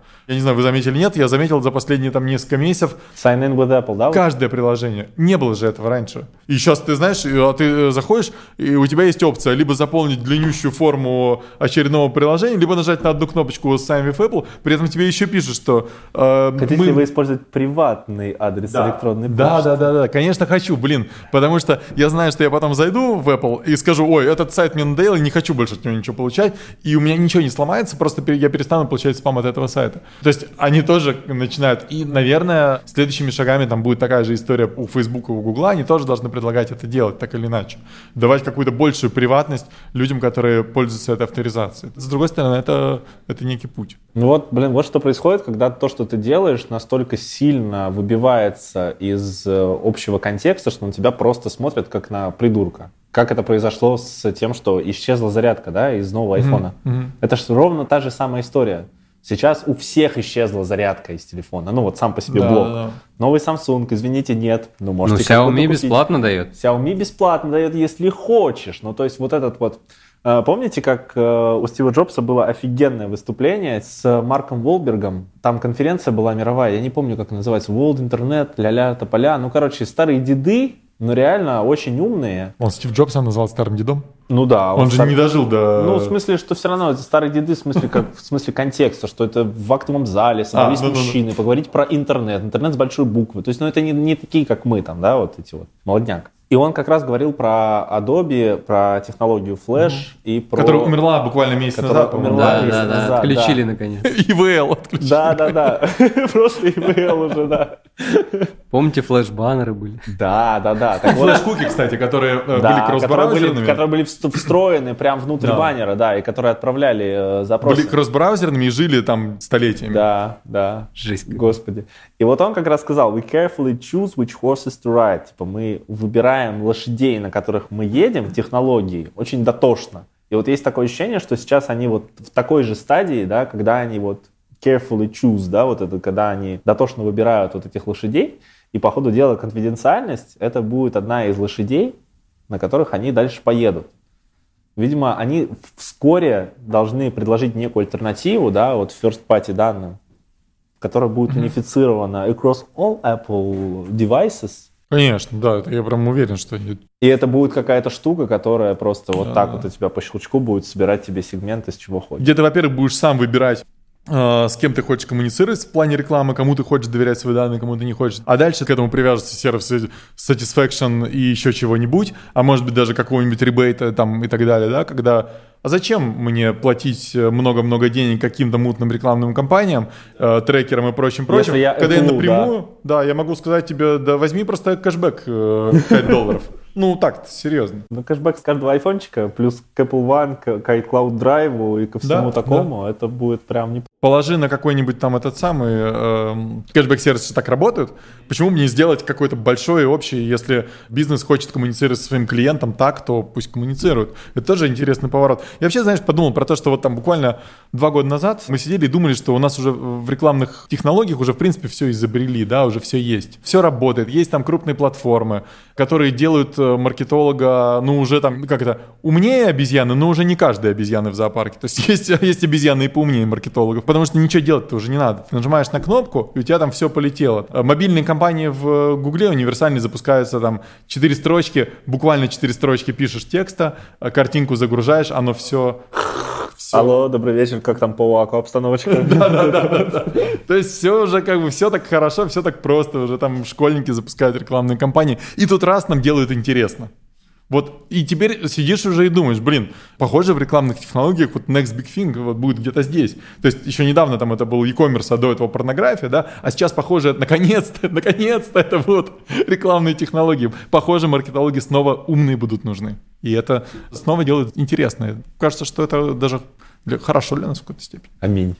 Я не знаю, вы заметили, нет, я заметил за последние там несколько месяцев. Sign in with Apple, да? Каждое приложение. Не было же этого раньше. И сейчас ты знаешь, ты заходишь, и у тебя есть опция либо заполнить длиннющую форму очередного приложения, либо нажать на одну кнопочку Sign with Apple, при этом тебе еще пишут, что... Э, Хотите мы... ли вы использовать приватный адрес да. электронной почты? Да, да, да, да, конечно хочу, блин, потому что я знаю, что я потом зайду в Apple и скажу, ой, этот сайт мне надоел, и не хочу больше от него ничего получать, и у меня ничего не сломается, просто я перестану получать спам от этого сайта. То есть они тоже начинают, и, наверное, следующими шагами там будет такая же история у Facebook и у Google, они тоже должны предлагать это делать, так или иначе. Давать какую-то большую приватность людям, которые пользуются этой авторизацией. С другой стороны, это, это некий путь. Ну вот, блин, вот что происходит, когда то, что ты делаешь, настолько сильно выбивается из общего контекста, что на тебя просто смотрят как на придурка. Как это произошло с тем, что исчезла зарядка, да, из нового айфона. Mm-hmm. Mm-hmm. Это же ровно та же самая история. Сейчас у всех исчезла зарядка из телефона. Ну вот сам по себе да, блок. Да. Новый Samsung, извините, нет. Ну, можете ну Xiaomi бесплатно дает. Xiaomi бесплатно дает, если хочешь. Ну то есть вот этот вот... Помните, как у Стива Джобса было офигенное выступление с Марком Уолбергом? Там конференция была мировая, я не помню, как она называется. World Internet, ля-ля, тополя. Ну, короче, старые деды, но реально очень умные. Он Стив Джобс сам назвал старым дедом? Ну да. Он, он же стар... не дожил до... Ну, в смысле, что все равно старые деды, в смысле, как, в смысле контекста, что это в актовом зале собрались а, мужчины, да, да. поговорить про интернет. Интернет с большой буквы. То есть, ну, это не, не такие, как мы там, да, вот эти вот, молодняк. И он как раз говорил про Adobe, про технологию Flash mm-hmm. и про... Которая умерла буквально месяц назад. Умерла да, месяц да, назад, да. Отключили, да. наконец. и ви эл отключили. Да-да-да. Просто и ви эл уже, да. Помните, флеш-баннеры были? Да, да, да. Флеш-куки, кстати, которые были кросс-браузерными. Которые были встроены прямо внутрь баннера, да, и которые отправляли запросы. Были кросс-браузерными и жили там столетиями. Да, да. Жесть. Господи. И вот он как раз сказал, we carefully choose which horses to ride. Типа мы выбираем лошадей, на которых мы едем, технологии, очень дотошно. И вот есть такое ощущение, что сейчас они вот в такой же стадии, да, когда они вот carefully choose, да, вот это, когда они дотошно выбирают вот этих лошадей, и по ходу дела конфиденциальность, это будет одна из лошадей, на которых они дальше поедут. Видимо, они вскоре должны предложить некую альтернативу, да, вот first-party данным, которая будет mm-hmm. унифицирована across all Apple devices. Конечно, да, это я прям уверен, что... И это будет какая-то штука, которая просто вот да. так вот у тебя по щелчку будет собирать тебе сегменты, с чего хочешь. Где ты, во-первых, будешь сам выбирать, э, с кем ты хочешь коммуницировать в плане рекламы, кому ты хочешь доверять свои данные, кому ты не хочешь. А дальше к этому привяжется сервис Satisfaction и еще чего-нибудь, а может быть даже какого-нибудь ребейта там и так далее, да, когда... А зачем мне платить много-много денег каким-то мутным рекламным компаниям, э, трекерам и прочим-прочим, я когда Apple, я напрямую, да. да, я могу сказать тебе, да возьми просто кэшбэк э, пять долларов. Ну так, серьезно. Ну кэшбэк с каждого айфончика, плюс к Apple One, к, к iCloud Drive и ко всему да, такому, да. это будет прям неплохо. Положи на какой-нибудь там этот самый э, кэшбэк-сервисы так работают. Почему мне сделать какой-то большой общий, если бизнес хочет коммуницировать со своим клиентом так, то пусть коммуницирует. Это тоже интересный поворот. Я вообще, знаешь, подумал про то, что вот там буквально два года назад мы сидели и думали, что у нас уже в рекламных технологиях уже в принципе все изобрели, да, уже все есть. Все работает. Есть там крупные платформы, которые делают маркетолога, ну уже там, как это, умнее обезьяны, но уже не каждая обезьяна в зоопарке. То есть есть, есть обезьяны и поумнее маркетологов. Потому что ничего делать-то уже не надо. Ты нажимаешь на кнопку, и у тебя там все полетело. Мобильные компании в Гугле универсально запускаются там четыре строчки, буквально четыре строчки пишешь текста, картинку загружаешь, оно все... Все. Алло, добрый вечер, как там по УАКу обстановочка? Да-да-да. То есть все уже как бы, все так хорошо, все так просто. Уже там школьники запускают рекламные кампании. И тут раз нам делают интересно. Вот, и теперь сидишь уже и думаешь, блин, похоже, в рекламных технологиях вот next big thing вот будет где-то здесь. То есть еще недавно там это был e-commerce, а до этого порнография, да, а сейчас, похоже, наконец-то, наконец-то это вот рекламные технологии. Похоже, маркетологи снова умные будут нужны. И это снова делает интересное. Кажется, что это даже для, хорошо для нас в какой-то степени. Аминь.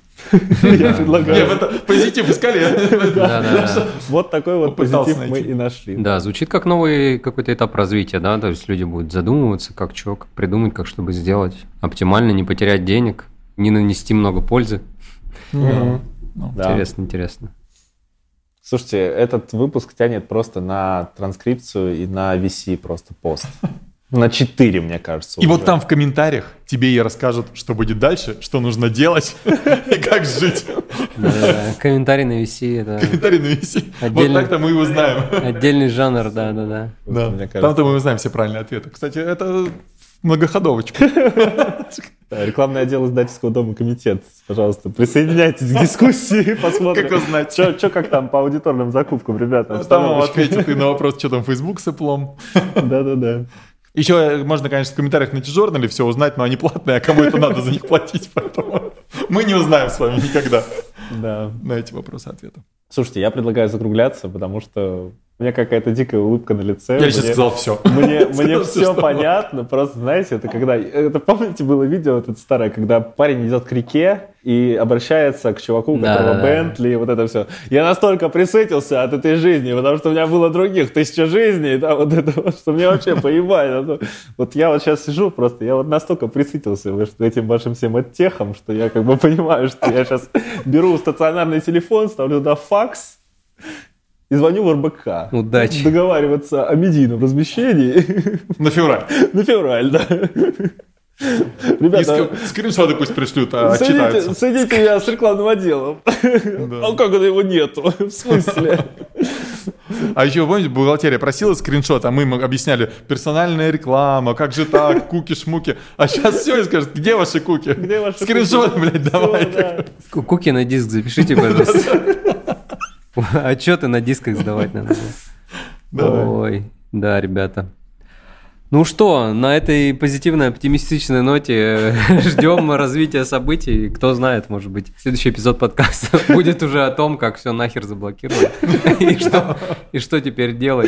Я предлагаю. Нет, это позитив искали. Вот такой вот позитив мы и нашли. Да, звучит как новый какой-то этап развития, да, то есть люди будут задумываться, как что, как придумать, как чтобы сделать оптимально, не потерять денег, не нанести много пользы. Интересно, интересно. Слушайте, этот выпуск тянет просто на транскрипцию и на ви си просто пост. На четыре, мне кажется. И уже. вот там в комментариях тебе и расскажут, что будет дальше, что нужно делать и как жить. Комментарий на ви си. Комментарий на ви си. Вот так-то мы и узнаем. Отдельный жанр, да-да-да. Там-то мы узнаем все правильные ответы. Кстати, это многоходовочка. Рекламный отдел издательского дома «Комитет». Пожалуйста, присоединяйтесь к дискуссии, посмотрим. Как узнать? Что как там по аудиторным закупкам, ребята? Там вам ответят и на вопрос, что там Facebook с Apple. Да-да-да. Еще можно, конечно, в комментариях на T-Journal все узнать, но они платные, а кому это надо за них платить, поэтому мы не узнаем с вами никогда да. на эти вопросы-ответы. Слушайте, я предлагаю закругляться, потому что у меня какая-то дикая улыбка на лице. Я мне, сейчас сказал все. Мне, мне все понятно, просто, знаете, это когда... Это, помните, было видео вот это старое, когда парень идет к реке и обращается к чуваку, у которого Бентли, да, да. вот это все. Я настолько присытился от этой жизни, потому что у меня было других тысяча жизней, да, вот это вот, что мне вообще поебать. Вот я вот сейчас сижу просто, я вот настолько присытился этим вашим всем оттехом, что я как бы понимаю, что я сейчас беру стационарный телефон, ставлю туда факс, и звоню в эр бэ ка. Удачи. Договариваться о медийном размещении. На февраль. На февраль, да. Ребята, и скриншоты пусть пришлют, а отчитаются. Соедините меня с рекламным отделом. Да. А как это его нету? В смысле? А еще, помните, бухгалтерия просила скриншот, а мы им объясняли, персональная реклама, как же так, куки-шмуки. А сейчас все, и скажут, где ваши куки? Где ваши скриншот, куки? блядь, давай. Да. Куки на диск запишите, пожалуйста. Отчеты на дисках сдавать надо. Ой, да, ребята. Ну что, на этой позитивной, оптимистичной ноте ждем развития событий. Кто знает, может быть, следующий эпизод подкаста будет уже о том, как все нахер заблокировать и что, и что теперь делать.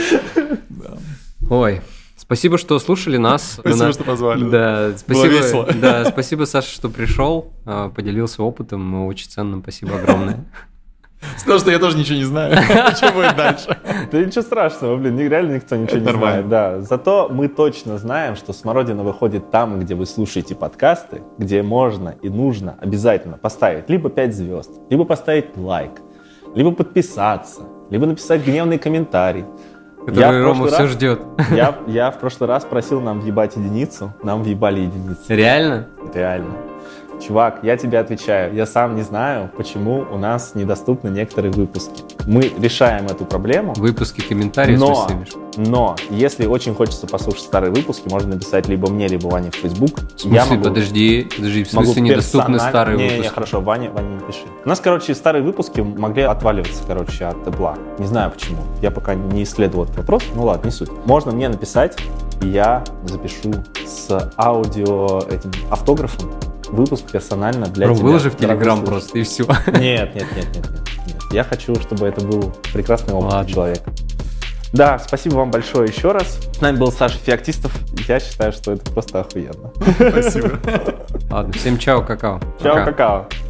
Ой, спасибо, что слушали нас. Спасибо, на... что позвали. Да, спасибо, было весело. Да, спасибо, Саша, что пришел, поделился опытом, очень ценным. Спасибо огромное. Потому что я тоже ничего не знаю, что будет дальше. Да ничего страшного, блин, реально никто ничего не знает. Да. Зато мы точно знаем, что «Смородина» выходит там, где вы слушаете подкасты, где можно и нужно обязательно поставить либо пять звезд, либо поставить лайк, либо подписаться, либо написать гневный комментарий. Который Рома все ждет. Я, я в прошлый раз просил нам въебать единицу, нам въебали единицу. Реально? Реально. Чувак, я тебе отвечаю, я сам не знаю, почему у нас недоступны некоторые выпуски. Мы решаем эту проблему. Выпуски комментариев, но, но если очень хочется послушать старые выпуски, можно написать либо мне, либо Ване в Facebook. В смысле, я могу, подожди, подожди, в смысле недоступны старые не, выпуски? Не, хорошо, Ване, Ване не пиши. У нас, короче, старые выпуски могли отваливаться, короче, от Эпла. Не знаю почему. Я пока не исследовал этот вопрос, ну ладно, не суть. Можно мне написать, и я запишу с аудио этим автографом выпуск персонально для Ром, тебя. Выложи в Телеграм просто, и все. Нет, нет, нет, нет, нет, нет. Я хочу, чтобы это был прекрасный опыт Ладно. человека. Да, спасибо вам большое еще раз. С нами был Саша Феоктистов. Я считаю, что это просто охуенно. Спасибо. Ладно, всем чао, какао. Чао, Пока. какао.